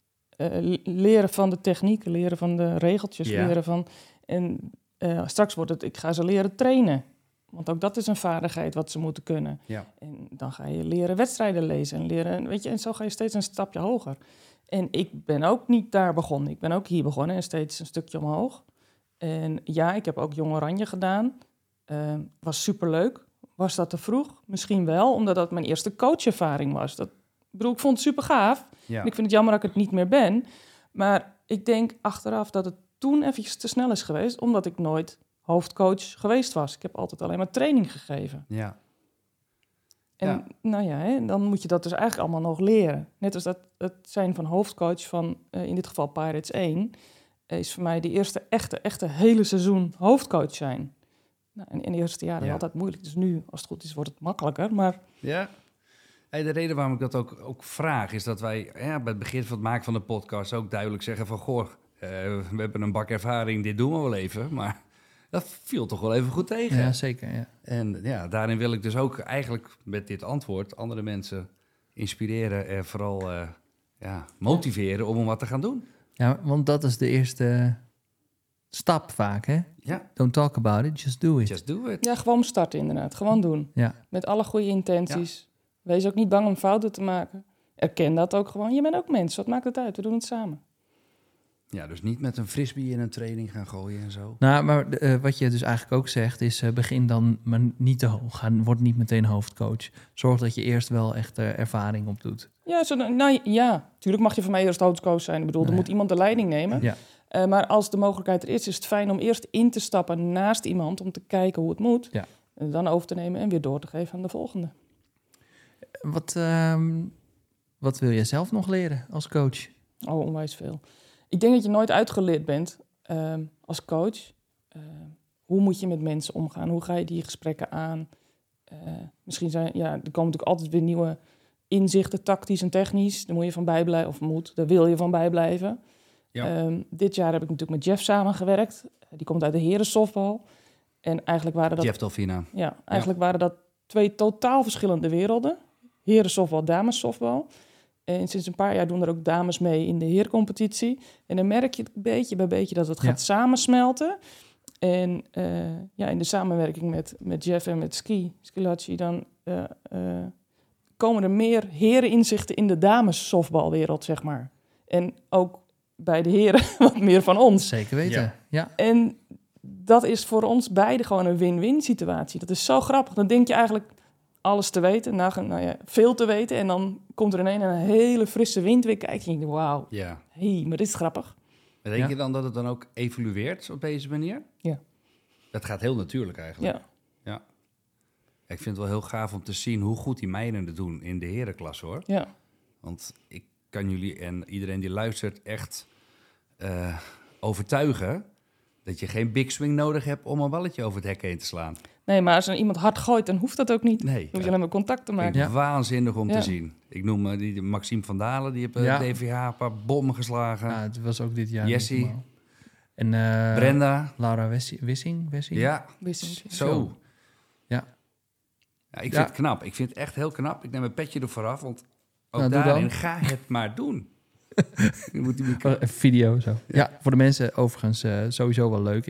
Leren van de technieken, leren van de regeltjes,
Ja.
leren van... En straks wordt het, ik ga ze leren trainen. Want ook dat is een vaardigheid wat ze moeten kunnen.
Ja.
En dan ga je leren wedstrijden lezen en leren, weet je, en zo ga je steeds een stapje hoger. En ik ben ook niet daar begonnen. Ik ben ook hier begonnen en steeds een stukje omhoog. En ja, ik heb ook Jong Oranje gedaan. Was superleuk. Was dat te vroeg? Misschien wel, omdat dat mijn eerste coachervaring was. Ik vond het super gaaf.
Ja.
En ik vind het jammer dat ik het niet meer ben. Maar ik denk achteraf dat het toen eventjes te snel is geweest, omdat ik nooit hoofdcoach geweest was. Ik heb altijd alleen maar training gegeven.
Ja.
En
Ja.
nou ja, hè, dan moet je dat dus eigenlijk allemaal nog leren. Net als dat het zijn van hoofdcoach van, in dit geval Pirates 1... is voor mij de eerste echte hele seizoen hoofdcoach zijn. Nou, en in de eerste jaren is
Ja.
altijd moeilijk. Dus nu, als het goed is, wordt het makkelijker. Maar
Ja. Hey, de reden waarom ik dat ook vraag... is dat wij bij het begin van het maken van de podcast... ook duidelijk zeggen van... goh, we hebben een bak ervaring, dit doen we wel even. Maar dat viel toch wel even goed tegen.
Ja, zeker. Ja.
En ja, daarin wil ik dus ook eigenlijk met dit antwoord... andere mensen inspireren en vooral motiveren om wat te gaan doen.
Ja, want dat is de eerste stap vaak, hè?
Ja,
Don't talk about it, just do it.
just do it.
ja, gewoon starten inderdaad. Gewoon doen.
Ja,
Met alle goede intenties. Wees ook niet bang om fouten te maken. Erken dat ook gewoon. Je bent ook mens. Wat maakt het uit? We doen het samen.
Ja, dus niet met een frisbee in een training gaan gooien en zo.
nou, maar wat je dus eigenlijk ook zegt is... begin dan maar niet te hoog. Word niet meteen hoofdcoach. Zorg dat je eerst wel echt ervaring opdoet.
Ja, tuurlijk mag je van mij eerst hoofdcoach zijn. Ik bedoel, er
Nee.
moet iemand de leiding nemen.
Ja.
Maar als de mogelijkheid er is het fijn om eerst in te stappen naast iemand... om te kijken hoe het moet.
Ja.
En dan over te nemen en weer door te geven aan de volgende.
Wat wil jij zelf nog leren als coach?
Oh, onwijs veel. Ik denk dat je nooit uitgeleerd bent als coach. Hoe moet je met mensen omgaan? Hoe ga je die gesprekken aan? Er komen natuurlijk altijd weer nieuwe inzichten, tactisch en technisch. Daar moet je van bijblijven, daar wil je van bijblijven.
Ja.
Dit jaar heb ik natuurlijk met Jeff samengewerkt. Die komt uit de herensoftbal. En eigenlijk waren dat...
Jeff Delfina.
Ja, eigenlijk waren dat twee totaal verschillende werelden. Herensoftbal, damessoftbal. En sinds een paar jaar doen er ook dames mee in de herencompetitie. En dan merk je beetje bij beetje dat het gaat samensmelten. En in de samenwerking met Jeff en met Skilacci... dan komen er meer hereninzichten in de damessoftbalwereld, zeg maar. En ook bij de heren wat meer van ons.
Zeker weten, ja.
En dat is voor ons beiden gewoon een win-win situatie. Dat is zo grappig. Dan denk je eigenlijk alles te weten, veel te weten. En dan komt er ineens een hele frisse wind weer kijken. En je denkt, wauw,
Ja.
maar dit is grappig.
Maar denk je dan dat het dan ook evolueert op deze manier?
Ja.
Dat gaat heel natuurlijk eigenlijk.
Ja.
Ik vind het wel heel gaaf om te zien hoe goed die meiden het doen in de herenklasse, hoor.
Ja.
Want ik kan jullie en iedereen die luistert echt overtuigen... dat je geen big swing nodig hebt om een balletje over het hek heen te slaan.
Nee, maar als er iemand hard gooit, dan hoeft dat ook niet.
Nee.
Dan moet je alleen maar contact te
Vind
maken.
ik waanzinnig om
Ja.
te zien. Ik noem die Maxime van Dalen, die heeft
Ja.
DVH een paar bommen geslagen.
Ja, het was ook dit jaar.
Jessie.
niet normaal. En
Brenda.
Laura Wissing?
Ja,
Wissing.
zo.
Ja.
Ja, ik vind het knap. Ik vind het echt heel knap. Ik neem een petje ervoor af, want ook
Nou, doe
daarin
dan.
ga het maar doen. Je moet die
Een video zo. Ja, voor de mensen overigens sowieso wel leuk. Ik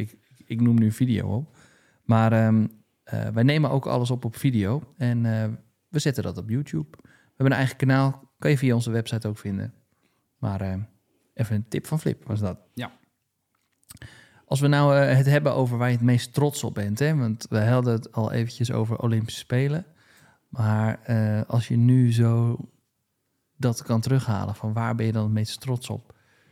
ik noem nu video op. Maar wij nemen ook alles op video. En we zetten dat op YouTube. We hebben een eigen kanaal. Kan je via onze website ook vinden. Maar even een tip van Flip was dat.
Ja.
Als we nou het hebben over waar je het meest trots op bent. Hè? Want we hadden het al eventjes over Olympische Spelen. Maar als je nu zo dat kan terughalen. Van waar ben je dan het meest trots op?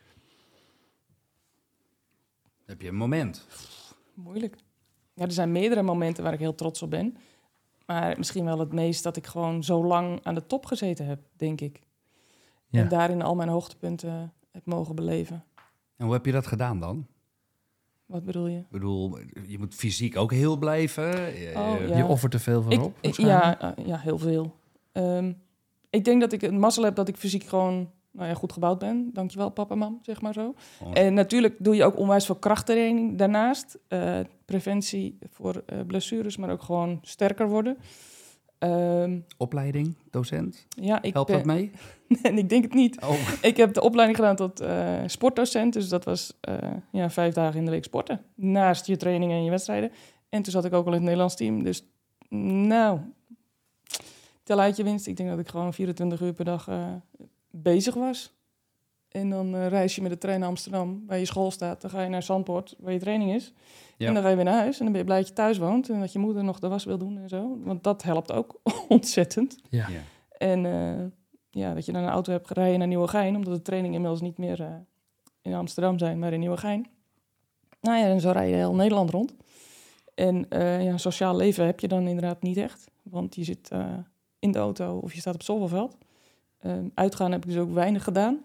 Heb je een moment?
Moeilijk. Ja, er zijn meerdere momenten waar ik heel trots op ben. Maar misschien wel het meest dat ik gewoon zo lang aan de top gezeten heb, denk ik.
Ja.
En daarin al mijn hoogtepunten heb mogen beleven.
En hoe heb je dat gedaan dan?
Wat bedoel je?
Ik bedoel, je moet fysiek ook heel blijven.
Oh, ja.
Je offert er veel voor op.
Ja, heel veel. Ik denk dat ik een mazzel heb dat ik fysiek gewoon goed gebouwd ben. Dankjewel, papa, mam, zeg maar zo.
Oh.
En natuurlijk doe je ook onwijs veel krachttraining daarnaast. Preventie voor blessures, maar ook gewoon sterker worden.
Opleiding, docent?
Ja,
Helpt dat mee?
En ik denk het niet.
Oh.
Ik heb de opleiding gedaan tot sportdocent. Dus dat was 5 dagen in de week sporten. Naast je trainingen en je wedstrijden. En toen zat ik ook al in het Nederlands team. Dus tel uit je winst. Ik denk dat ik gewoon 24 uur per dag bezig was. En dan reis je met de trein naar Amsterdam, waar je school staat. Dan ga je naar Zandpoort, waar je training is. Ja. En dan ga je weer naar huis. En dan ben je blij dat je thuis woont. En dat je moeder nog de was wil doen en zo. Want dat helpt ook ontzettend.
Ja.
En dat je dan een auto hebt gereden naar Nieuwegein. Omdat de trainingen inmiddels niet meer in Amsterdam zijn, maar in Nieuwegein. Nou ja, en zo rij je heel Nederland rond. En sociaal leven heb je dan inderdaad niet echt. Want je zit in de auto of je staat op het zolverveld. Uitgaan heb ik dus ook weinig gedaan.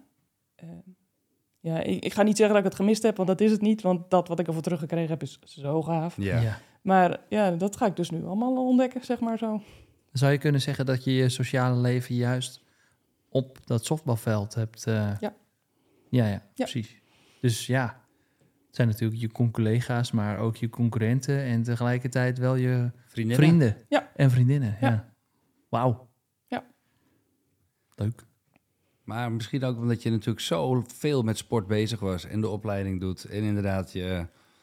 Ik ga niet zeggen dat ik het gemist heb, want dat is het niet. Want dat wat ik ervoor teruggekregen heb is zo gaaf.
Ja.
Maar ja, dat ga ik dus nu allemaal ontdekken, zeg maar zo.
Zou je kunnen zeggen dat je je sociale leven juist op dat softbalveld hebt? Ja, precies. Dus ja, het zijn natuurlijk je collega's, maar ook je concurrenten en tegelijkertijd wel je vrienden en vriendinnen. Ja. Wauw.
Ja.
Leuk.
Maar misschien ook omdat je natuurlijk zo veel met sport bezig was en de opleiding doet. En inderdaad je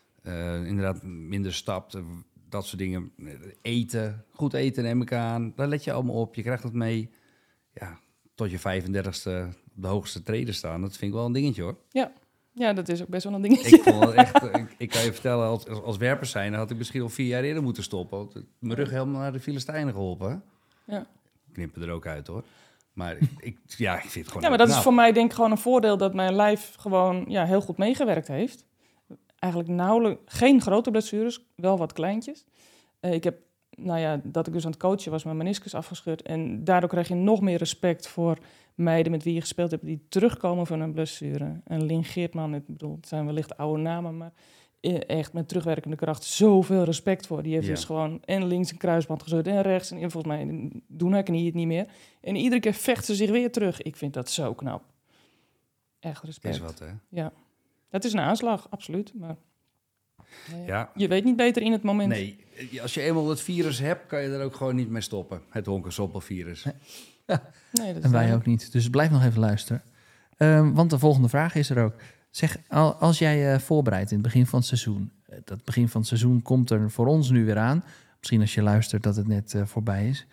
minder stapt, dat soort dingen. Eten, goed eten neem ik aan. Daar let je allemaal op. Je krijgt het mee. Ja, tot je 35e op de hoogste treden staan. Dat vind ik wel een dingetje hoor.
Ja, dat is ook best wel een dingetje.
Ik vond het echt, ik kan je vertellen, als werper zijn, had ik misschien al 4 jaar eerder moeten stoppen. Mijn rug helemaal naar de Filistijnen geholpen.
Ja.
Ik knip er ook uit hoor. Maar ik vind het gewoon...
Ja, maar dat is voor mij denk ik gewoon een voordeel dat mijn lijf gewoon heel goed meegewerkt heeft. Eigenlijk geen grote blessures, wel wat kleintjes. Ik heb, dat ik dus aan het coachen was, mijn meniscus afgescheurd. En daardoor krijg je nog meer respect voor meiden met wie je gespeeld hebt die terugkomen van een blessure. En Lin Geertman, het zijn wellicht oude namen, maar echt met terugwerkende kracht zoveel respect voor. Die heeft dus gewoon en links een kruisband gescheurd en rechts. En volgens mij doen haar knieën het niet meer. En iedere keer vecht ze zich weer terug. Ik vind dat zo knap. Echt respect.
Is wat, hè?
Ja. Het is een aanslag, absoluut. Maar
ja.
Je weet niet beter in het moment.
Nee, als je eenmaal het virus hebt, kan je er ook gewoon niet mee stoppen. Het honkersoppelvirus.
Nee.
Nee, dat is
En wij ook niet. Dus blijf nog even luisteren. Want de volgende vraag is er ook. Zeg, als jij voorbereidt in het begin van het seizoen. Dat begin van het seizoen komt er voor ons nu weer aan. Misschien als je luistert dat het net voorbij is.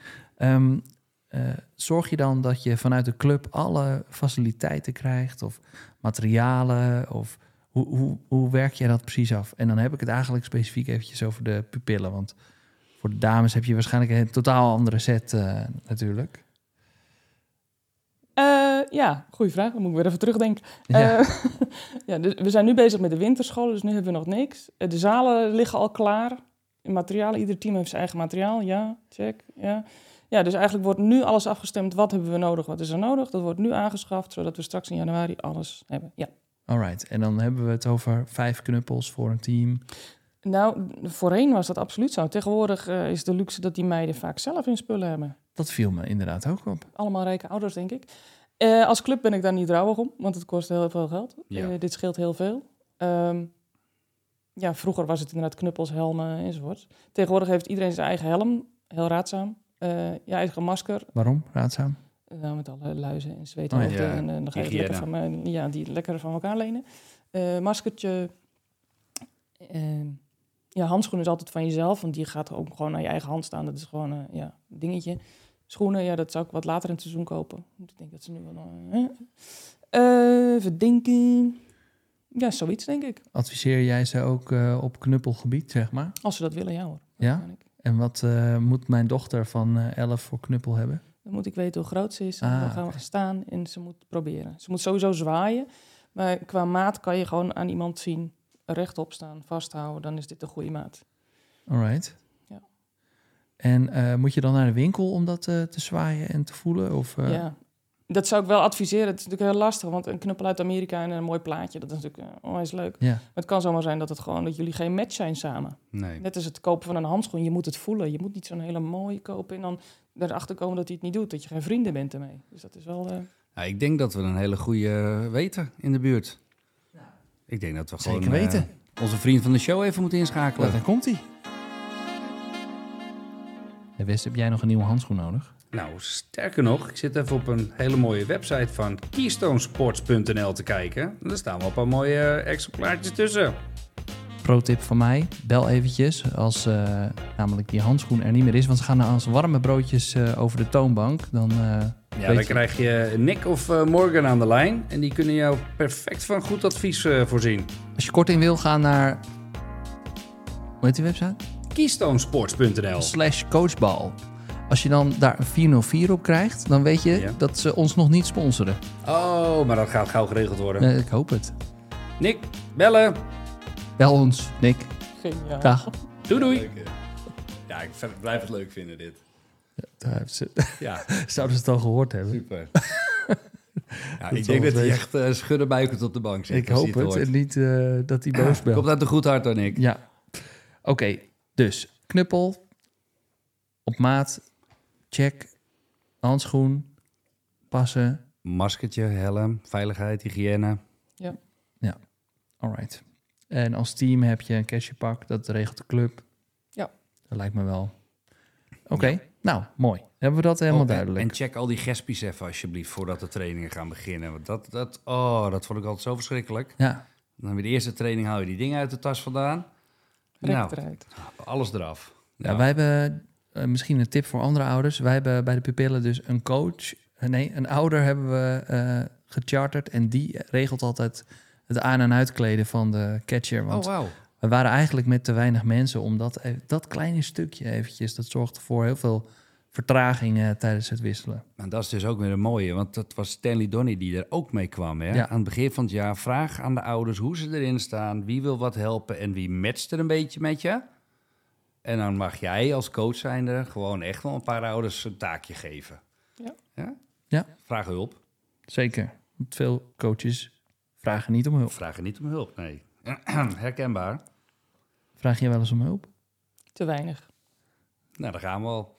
Zorg je dan dat je vanuit de club alle faciliteiten krijgt? Of materialen? Of hoe werk jij dat precies af? En dan heb ik het eigenlijk specifiek eventjes over de pupillen. Want voor de dames heb je waarschijnlijk een totaal andere set natuurlijk.
Goede vraag. Dan moet ik weer even terugdenken.
Ja.
Dus we zijn nu bezig met de winterscholen, dus nu hebben we nog niks. De zalen liggen al klaar. Materialen, ieder team heeft zijn eigen materiaal. Ja, check. Ja, dus eigenlijk wordt nu alles afgestemd. Wat hebben we nodig, wat is er nodig? Dat wordt nu aangeschaft, zodat we straks in januari alles hebben. Ja.
Alright, en dan hebben we het over 5 knuppels voor een team.
Nou, voorheen was dat absoluut zo. Tegenwoordig is de luxe dat die meiden vaak zelf hun spullen hebben.
Dat viel me inderdaad ook op.
Allemaal rijke ouders, denk ik. Als club ben ik daar niet rouwig om, want het kost heel veel geld.
Ja.
Dit scheelt heel veel. Vroeger was het inderdaad knuppels, helmen enzovoort. Tegenwoordig heeft iedereen zijn eigen helm. Heel raadzaam. Je eigen masker.
Waarom? Raadzaam?
Met alle luizen en zweethoofden. En dan ga je lekker die lekker van elkaar lenen. Maskertje. Ja, handschoen is altijd van jezelf, want die gaat ook gewoon naar je eigen hand staan. Dat is gewoon een dingetje. Schoenen, ja, dat zou ik wat later in het seizoen kopen. Ik denk dat ze nu wel... even denken. Ja, zoiets denk ik.
Adviseer jij ze ook op knuppelgebied, zeg maar?
Als ze dat willen, ja hoor.
Ja?
kan ik.
En wat moet mijn dochter van 11 voor knuppel hebben?
Dan moet ik weten hoe groot ze is. En dan gaan we staan en ze moet proberen. Ze moet sowieso zwaaien. Maar qua maat kan je gewoon aan iemand zien. Rechtop staan, vasthouden. Dan is dit een goede maat.
Alright.
Ja.
En moet je dan naar de winkel om dat te zwaaien en te voelen? Of,
Ja, dat zou ik wel adviseren. Het is natuurlijk heel lastig, want een knuppel uit Amerika en een mooi plaatje, dat is natuurlijk onwijs leuk.
Ja.
Maar het kan zomaar zijn dat jullie geen match zijn samen.
Nee.
Net als het kopen van een handschoen, je moet het voelen. Je moet niet zo'n hele mooie kopen en dan erachter komen dat hij het niet doet. Dat je geen vrienden bent ermee. Dus dat is wel...
Ja, ik denk dat we een hele goede weten in de buurt. Ik denk dat we
Zeker
gewoon
weten.
onze vriend van de show even moeten inschakelen.
Daar komt hij. Hey Wes, heb jij nog een nieuwe handschoen nodig?
Nou, sterker nog, ik zit even op een hele mooie website van keystonesports.nl te kijken. En daar staan wel een paar mooie exemplaartjes tussen.
Pro-tip van mij, bel eventjes als namelijk die handschoen er niet meer is. Want ze gaan als warme broodjes over de toonbank. Dan,
Ja, dan krijg je Nick of Morgan aan de lijn. En die kunnen jou perfect van goed advies voorzien.
Als je korting wil, ga naar... Hoe heet die website?
Keystonesports.nl.
/coachbal. Als je dan daar een 404 op krijgt, dan weet je dat ze ons nog niet sponsoren.
Oh, maar dat gaat gauw geregeld worden.
Ik hoop het.
Nick, bellen.
Bel ons, Nick.
Geniaal.
Dag.
Doei doei. Ja, ik blijf het leuk vinden dit. Ja,
Zouden ze het al gehoord hebben?
super. Ja,
Dat
ik
zal
denk dat
het
hij echt schuddenbuikend op de bank zit.
Ik
als
hoop
hij
het.
hoort.
En niet dat hij boos belt.
Komt uit een goed hart hoor, Nick.
Ja. Oké, dus knuppel, op maat, check, handschoen, passen.
Maskertje, helm, veiligheid, hygiëne.
Alright. En als team heb je een cashierpak, dat regelt de club.
Ja.
Dat lijkt me wel. Oké, nou, mooi. Hebben we dat helemaal duidelijk.
En check al die gespies even alsjeblieft voordat de trainingen gaan beginnen. Want dat vond ik altijd zo verschrikkelijk.
Ja,
Dan heb je de eerste training, haal je die dingen uit de tas vandaan.
Rek
Nou,
eruit.
alles eraf.
ja, wij hebben misschien een tip voor andere ouders. Wij hebben bij de pupillen dus een coach. Een ouder hebben we gecharterd. En die regelt altijd het aan- en uitkleden van de catcher. Want
wauw.
we waren eigenlijk met te weinig mensen. Omdat dat kleine stukje eventjes, dat zorgde voor heel veel vertraging tijdens het wisselen.
En dat is dus ook weer een mooie, want dat was Stanley Donny die er ook mee kwam. Hè?
Ja.
Aan het begin van het jaar, vraag aan de ouders hoe ze erin staan, wie wil wat helpen en wie matcht er een beetje met je. En dan mag jij als coach zijnde gewoon echt wel een paar ouders een taakje geven.
Ja.
Ja.
Vraag hulp.
Zeker. Want veel coaches vragen niet om hulp.
Vragen niet om hulp, nee. Herkenbaar.
Vraag je wel eens om hulp?
Te weinig.
Nou, daar gaan we al.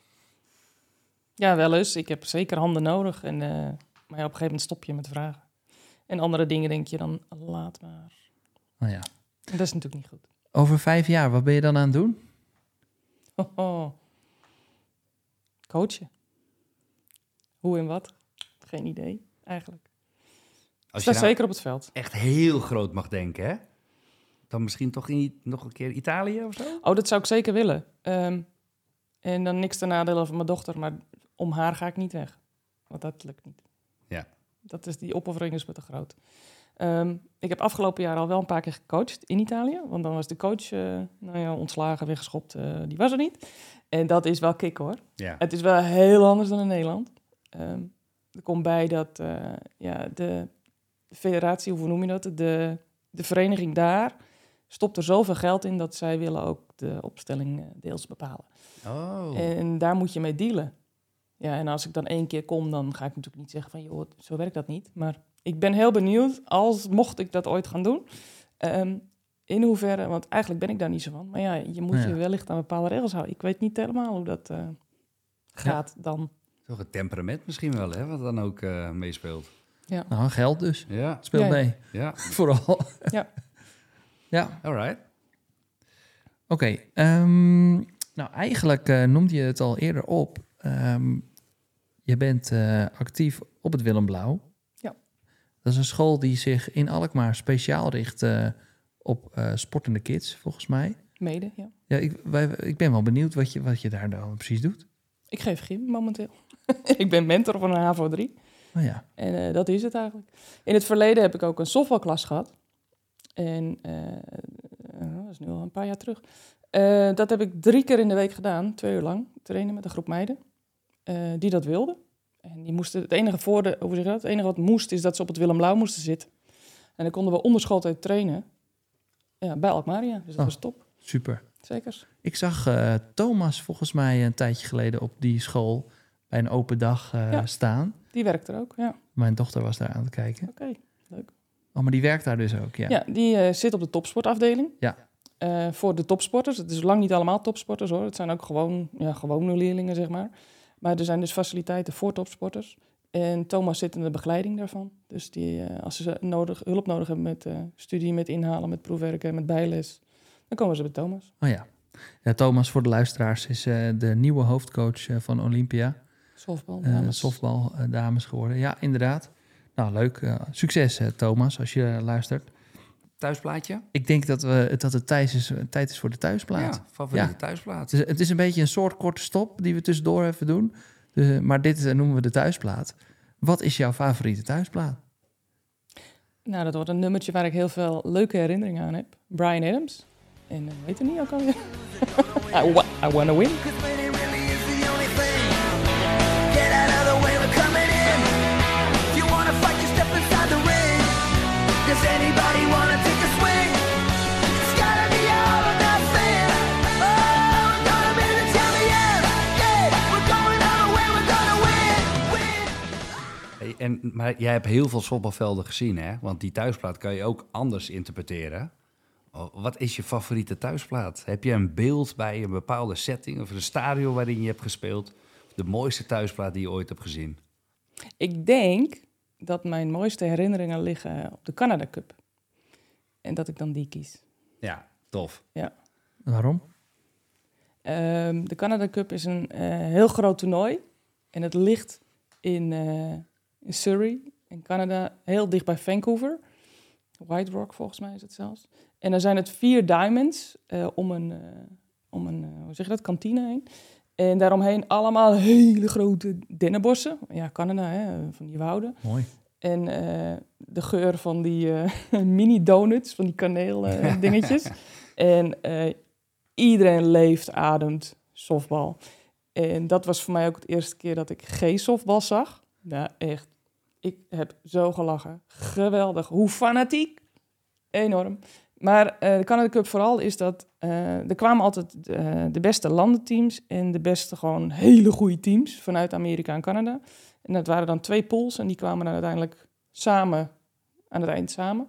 Ja, wel eens. Ik heb zeker handen nodig. Maar op een gegeven moment stop je met vragen. En andere dingen denk je dan, laat maar.
Nou ja.
En dat is natuurlijk niet goed.
Over 5 jaar, wat ben je dan aan het doen?
Coachen. Hoe en wat? Geen idee, eigenlijk.
Als
Sta
je nou
zeker op het veld.
echt heel groot mag denken, hè? Dan misschien toch nog een keer Italië of zo?
Oh, dat zou ik zeker willen. En dan niks ten nadele van mijn dochter, maar om haar ga ik niet weg. Want dat lukt niet.
Ja.
Die opoffering is me te groot. Ik heb afgelopen jaar al wel een paar keer gecoacht in Italië. Want dan was de coach ontslagen, weggeschopt. Die was er niet. En dat is wel kick, hoor.
Ja.
Het is wel heel anders dan in Nederland. Er komt bij dat de federatie, hoe noem je dat? De vereniging daar stopt er zoveel geld in dat zij willen ook de opstelling deels bepalen.
Oh.
En daar moet je mee dealen. Ja, en als ik dan 1 keer kom, dan ga ik natuurlijk niet zeggen van, joh, zo werkt dat niet. Maar ik ben heel benieuwd, mocht ik dat ooit gaan doen, in hoeverre, want eigenlijk ben ik daar niet zo van. Maar ja, je moet je wellicht aan bepaalde regels houden. Ik weet niet helemaal hoe dat gaat dan.
Toch het temperament misschien wel, hè? Wat dan ook meespeelt.
Ja.
Nou, geld dus.
Ja.
Speelt
Ja.
mee.
Ja.
Vooral.
Ja.
Ja.
All right.
Oké. Nou, eigenlijk noemde je het al eerder op. Je bent actief op het Willem Blauw.
Ja.
Dat is een school die zich in Alkmaar speciaal richt op sportende kids, volgens mij.
Mede, ja.
Ja, ik ben wel benieuwd wat je daar dan precies doet.
Ik geef gym momenteel. Ik ben mentor van een HAVO 3.
Oh ja.
En dat is het eigenlijk. In het verleden heb ik ook een softballklas gehad. En dat is nu al een paar jaar terug. Dat heb ik 3 keer in de week gedaan, 2 uur lang. Trainen met een groep meiden die dat wilden. En die moesten, het enige wat moest, is dat ze op het Willem Lauw moesten zitten. En dan konden we onder schooltijd trainen bij Alkmaria. Dus dat was top.
Super.
Zeker.
Ik zag Thomas volgens mij een tijdje geleden op die school bij een open dag staan.
Die werkt er ook, ja.
Mijn dochter was daar aan het kijken.
Oké, leuk.
Oh, maar die werkt daar dus ook, ja.
Ja, die zit op de topsportafdeling.
Ja.
Voor de topsporters. Het is lang niet allemaal topsporters hoor. Het zijn ook gewone leerlingen, zeg maar. Maar er zijn dus faciliteiten voor topsporters. En Thomas zit in de begeleiding daarvan. Dus als ze hulp nodig hebben met studie, met inhalen, met proefwerken, met bijles, dan komen ze bij Thomas.
Oh ja. Ja, Thomas, voor de luisteraars, is de nieuwe hoofdcoach van Olympia. Softbaldames geworden. Ja, inderdaad. Nou, leuk. Succes, Thomas, als je luistert.
Thuisplaatje?
Ik denk dat het tijd is voor de thuisplaat.
Ja, favoriete thuisplaat.
Het is een beetje een soort korte stop die we tussendoor even doen. Maar dit noemen we de thuisplaat. Wat is jouw favoriete thuisplaat?
Nou, dat wordt een nummertje waar ik heel veel leuke herinneringen aan heb. Bryan Adams. En weet het niet ook alweer. I wanna win.
Does anybody wanna take a swing? It's gotta be all or nothing. Oh, we're gonna be the champion. Yeah, we're going all the way, we're gonna win.
Maar jij hebt heel veel softbalvelden gezien, hè? Want die thuisplaat kan je ook anders interpreteren. Wat is je favoriete thuisplaat? Heb je een beeld bij een bepaalde setting of een stadion waarin je hebt gespeeld? De mooiste thuisplaat die je ooit hebt gezien?
Ik denk dat mijn mooiste herinneringen liggen op de Canada Cup. En dat ik dan die kies.
Ja, tof.
Ja.
Waarom?
De Canada Cup is een heel groot toernooi. En het ligt in Surrey, in Canada, heel dicht bij Vancouver. White Rock volgens mij is het zelfs. En dan zijn het 4 diamonds om een hoe zeg je dat, kantine heen. En daaromheen allemaal hele grote dennenbossen. Ja, Canada, hè, van die wouden.
Mooi.
En de geur van die mini-donuts, van die kaneel-dingetjes. En iedereen leeft, ademt softbal. En dat was voor mij ook het eerste keer dat ik G-softbal zag. Nou, echt. Ik heb zo gelachen. Geweldig. Hoe fanatiek. Enorm. Maar de Canada Cup vooral is dat er kwamen altijd de beste landenteams en de beste gewoon hele goede teams vanuit Amerika en Canada. En dat waren dan 2 pools en die kwamen dan uiteindelijk samen, aan het eind samen.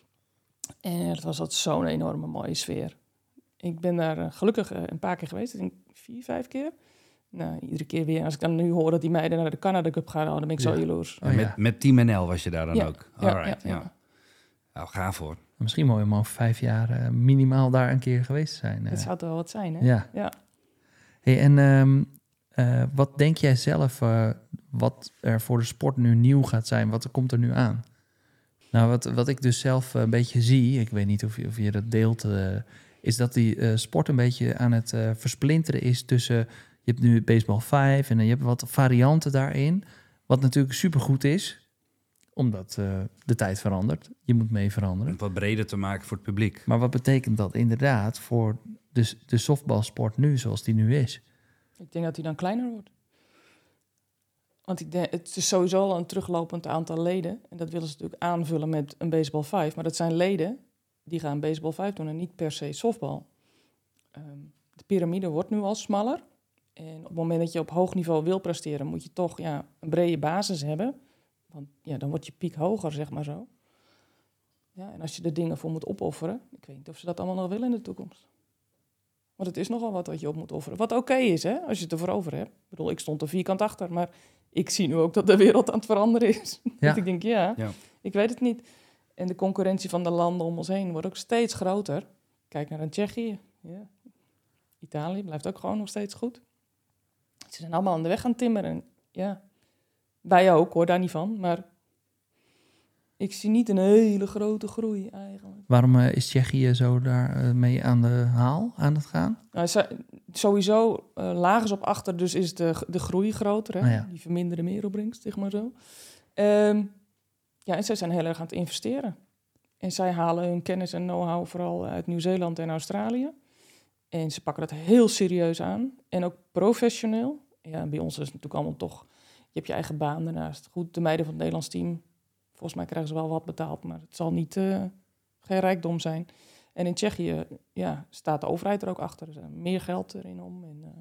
En het was altijd zo'n enorme mooie sfeer. Ik ben daar gelukkig een paar keer geweest, ik denk 4, 5 keer. Nou, iedere keer weer. Als ik dan nu hoor dat die meiden naar de Canada Cup gaan, dan ben ik zo jaloers.
Oh, ja.
Met Team NL was je daar dan ook? Alright,
ja.
Nou, gaaf hoor.
Misschien mooi om al 5 jaar minimaal daar een keer geweest te zijn.
Dat zou toch wel wat zijn, hè?
Ja. Hey, en wat denk jij zelf wat er voor de sport nu nieuw gaat zijn? Wat komt er nu aan? Nou, wat ik dus zelf een beetje zie, ik weet niet of je dat deelt, is dat die sport een beetje aan het versplinteren is tussen, je hebt nu baseball 5 en je hebt wat varianten daarin. Wat natuurlijk supergoed is, omdat de tijd verandert. Je moet mee veranderen.
Om het wat breder te maken voor het publiek.
Maar wat betekent dat inderdaad voor de softbalsport nu, zoals die nu is?
Ik denk dat hij dan kleiner wordt. Want ik denk, het is sowieso al een teruglopend aantal leden. En dat willen ze natuurlijk aanvullen met een baseball 5. Maar dat zijn leden die gaan baseball 5 doen en niet per se softbal. De piramide wordt nu al smaller. En op het moment dat je op hoog niveau wil presteren, moet je toch een brede basis hebben. Want dan wordt je piek hoger, zeg maar zo. Ja, en als je er dingen voor moet opofferen, ik weet niet of ze dat allemaal nog willen in de toekomst. Want het is nogal wat je op moet offeren. Wat oké is, hè, als je het ervoor over hebt. Ik bedoel, ik stond er vierkant achter, maar ik zie nu ook dat de wereld aan het veranderen is.
Ja.
Dat ik denk, ik weet het niet. En de concurrentie van de landen om ons heen wordt ook steeds groter. Kijk naar een Tsjechië. Ja. Italië blijft ook gewoon nog steeds goed. Ze zijn allemaal aan de weg aan het timmeren. Ja, wij ook hoor, daar niet van. Maar ik zie niet een hele grote groei eigenlijk.
Waarom is Tsjechië zo daar mee aan de haal aan het gaan?
Nou, sowieso lagen ze op achter, dus is de groei groter. Hè?
Oh ja.
Die verminderen meer opbrengst, zeg maar zo. En zij zijn heel erg aan het investeren. En zij halen hun kennis en know-how vooral uit Nieuw-Zeeland en Australië. En ze pakken dat heel serieus aan. En ook professioneel. Ja, bij ons is het natuurlijk allemaal toch... Je hebt je eigen baan daarnaast. Goed, de meiden van het Nederlands team... Volgens mij krijgen ze wel wat betaald, maar het zal niet geen rijkdom zijn. En in Tsjechië staat de overheid er ook achter. Er is meer geld erin om.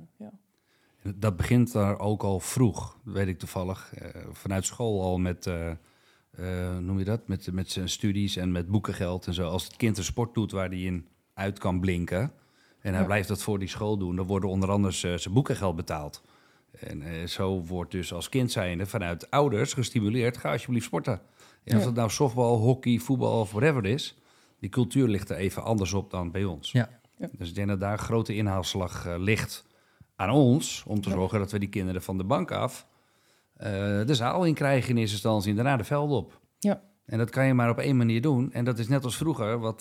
Dat begint daar ook al vroeg, weet ik toevallig. Vanuit school al met, noem je dat? Met zijn studies en met boekengeld en zo. Als het kind een sport doet waar hij in uit kan blinken... en hij blijft dat voor die school doen... dan worden onder andere zijn boekengeld betaald. En zo wordt dus als kind zijnde vanuit ouders gestimuleerd... ga alsjeblieft sporten. En of het nou softbal, hockey, voetbal of whatever is... die cultuur ligt er even anders op dan bij ons.
Ja.
Dus ik denk dat daar een grote inhaalslag ligt aan ons... om te zorgen dat we die kinderen van de bank af... de zaal in krijgen in eerste instantie en daarna de veld op.
Ja.
En dat kan je maar op één manier doen. En dat is net als vroeger wat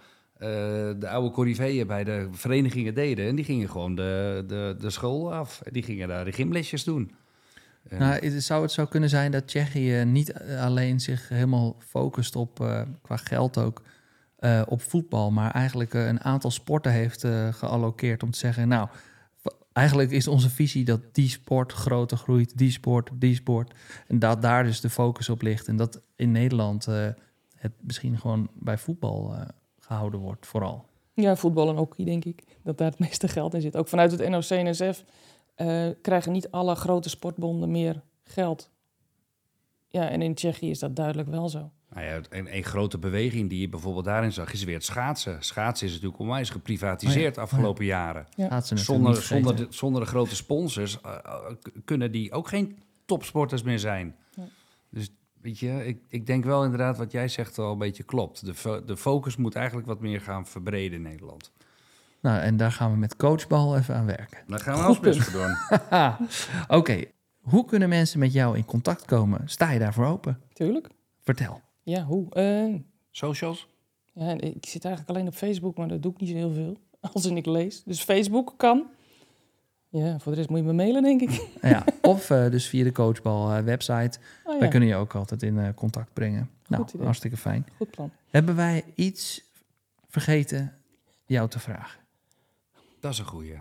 de oude corriveeën bij de verenigingen deden. En die gingen gewoon de school af. Die gingen daar de gymlesjes doen.
Zou het zo kunnen zijn dat Tsjechië niet alleen zich helemaal focust op, qua geld ook, op voetbal, maar eigenlijk een aantal sporten heeft geallokeerd om te zeggen, nou, eigenlijk is onze visie dat die sport groter groeit, die sport. En dat daar dus de focus op ligt. En dat in Nederland het misschien gewoon bij voetbal gehouden wordt, vooral.
Ja, voetbal en hockey, denk ik. Dat daar het meeste geld in zit. Ook vanuit het NOC-NSF krijgen niet alle grote sportbonden meer geld. Ja, en in Tsjechië is dat duidelijk wel zo.
Nou ja, een grote beweging die je bijvoorbeeld daarin zag, is weer het schaatsen. Schaatsen is natuurlijk onwijs geprivatiseerd afgelopen jaren.
Ja.
Zonder de grote sponsors kunnen die ook geen topsporters meer zijn.
Ja.
Dus weet je, ik denk wel inderdaad wat jij zegt wel een beetje klopt. De focus moet eigenlijk wat meer gaan verbreden in Nederland.
Nou, en daar gaan we met coachbal even aan werken.
Daar gaan we ons best voor doen.
Oké, hoe kunnen mensen met jou in contact komen? Sta je daarvoor open?
Tuurlijk.
Vertel.
Ja, hoe?
Socials?
Ja, ik zit eigenlijk alleen op Facebook, maar dat doe ik niet zo heel veel. Als ik niks. Dus Facebook kan. Ja, voor de rest moet je me mailen, denk ik.
Ja, of dus via de coachbal website.
Oh, ja.
Wij kunnen je ook altijd in contact brengen. Nou,
idee.
hartstikke fijn.
Goed plan.
Hebben wij iets vergeten jou te vragen?
Dat is een goeie.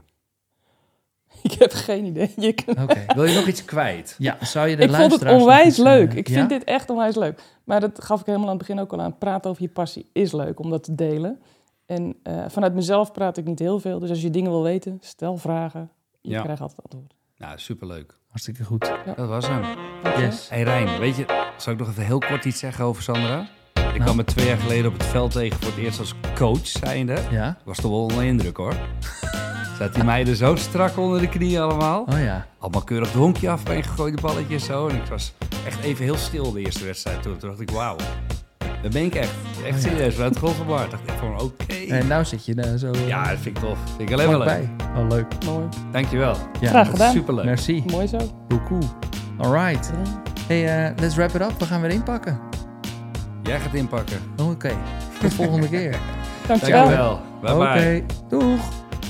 Ik heb geen idee.
Oké.
Wil je nog iets kwijt?
Ja, zou je de
Ik vond het
luisteraars nog
onwijs
iets,
leuk. Ik
ja?
vind dit echt onwijs leuk. Maar dat gaf ik helemaal aan het begin ook al aan. Praten over je passie is leuk om dat te delen. En vanuit mezelf praat ik niet heel veel. Dus als je dingen wil weten, stel vragen. Je krijgt altijd antwoord.
Nou, superleuk.
Hartstikke goed.
Dat was hem.
Yes.
Hey Rijn, weet je, zal ik nog even heel kort iets zeggen over Sandra? Ik kwam me 2 jaar geleden op het veld tegen voor het eerst als coach zijnde.
Ja?
Ik was toch wel onder indruk hoor. Zat die meiden zo strak onder de knieën allemaal.
Oh ja.
Allemaal keurig het honkje af bij een gegooide balletje en zo. En ik was echt even heel stil de eerste wedstrijd. Toen dacht ik, wauw. Dat ben ik echt. Echt serieus, vanuit het grond van Bart. Dacht ik gewoon, oké.
En nou zit je daar zo
Ja, dat vind ik tof. Vind ik alleen maar leuk.
bij. Oh, leuk.
Mooi.
Dankjewel.
Ja,
Graag gedaan.
Superleuk.
merci.
Mooi zo.
Hoe cool. All right. Hey, let's wrap it up. We gaan weer inpakken.
Jij gaat inpakken.
Oké. Tot volgende keer.
Dankjewel.
Dankjewel. Bye bye.
Oké. Doeg.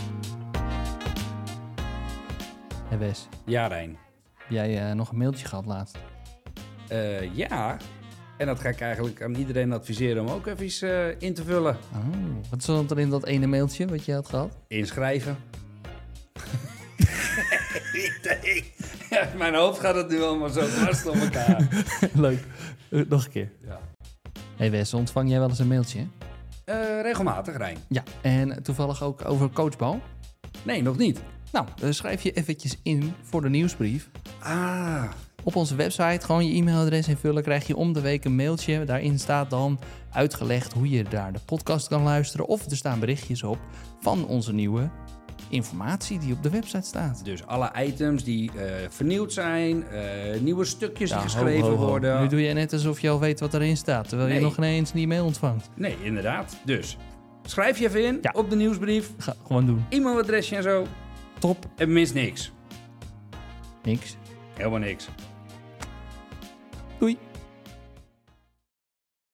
Hey Wes,
Ja, Rijn.
heb jij nog een mailtje gehad laatst?
Ja. En dat ga ik eigenlijk aan iedereen adviseren om ook even in te vullen.
Oh, wat stond er in dat ene mailtje wat je had gehad?
Inschrijven. Ja, mijn hoofd gaat het nu allemaal zo dwars door elkaar.
Leuk. Nog een keer.
Ja.
Hey Wes, ontvang jij wel eens een mailtje?
Regelmatig, Rijn.
Ja. En toevallig ook over coachbal?
Nee, nog niet.
Nou, schrijf je eventjes in voor de nieuwsbrief.
Ah,
Op onze website gewoon je e-mailadres invullen, krijg je om de week een mailtje. Daarin staat dan uitgelegd hoe je daar de podcast kan luisteren. Of er staan berichtjes op van onze nieuwe informatie die op de website staat.
dus alle items die vernieuwd zijn, nieuwe stukjes die
Ja,
geschreven
ho, ho, ho.
worden.
Nu doe je net alsof je al weet wat erin staat, terwijl je
Nee.
nog ineens die mail ontvangt.
Nee, inderdaad. Dus schrijf je even in
Ja.
op de nieuwsbrief,
Ga gewoon doen.
e-mailadresje en zo.
Top.
En mis niks.
Niks.
Helemaal niks.
Doei.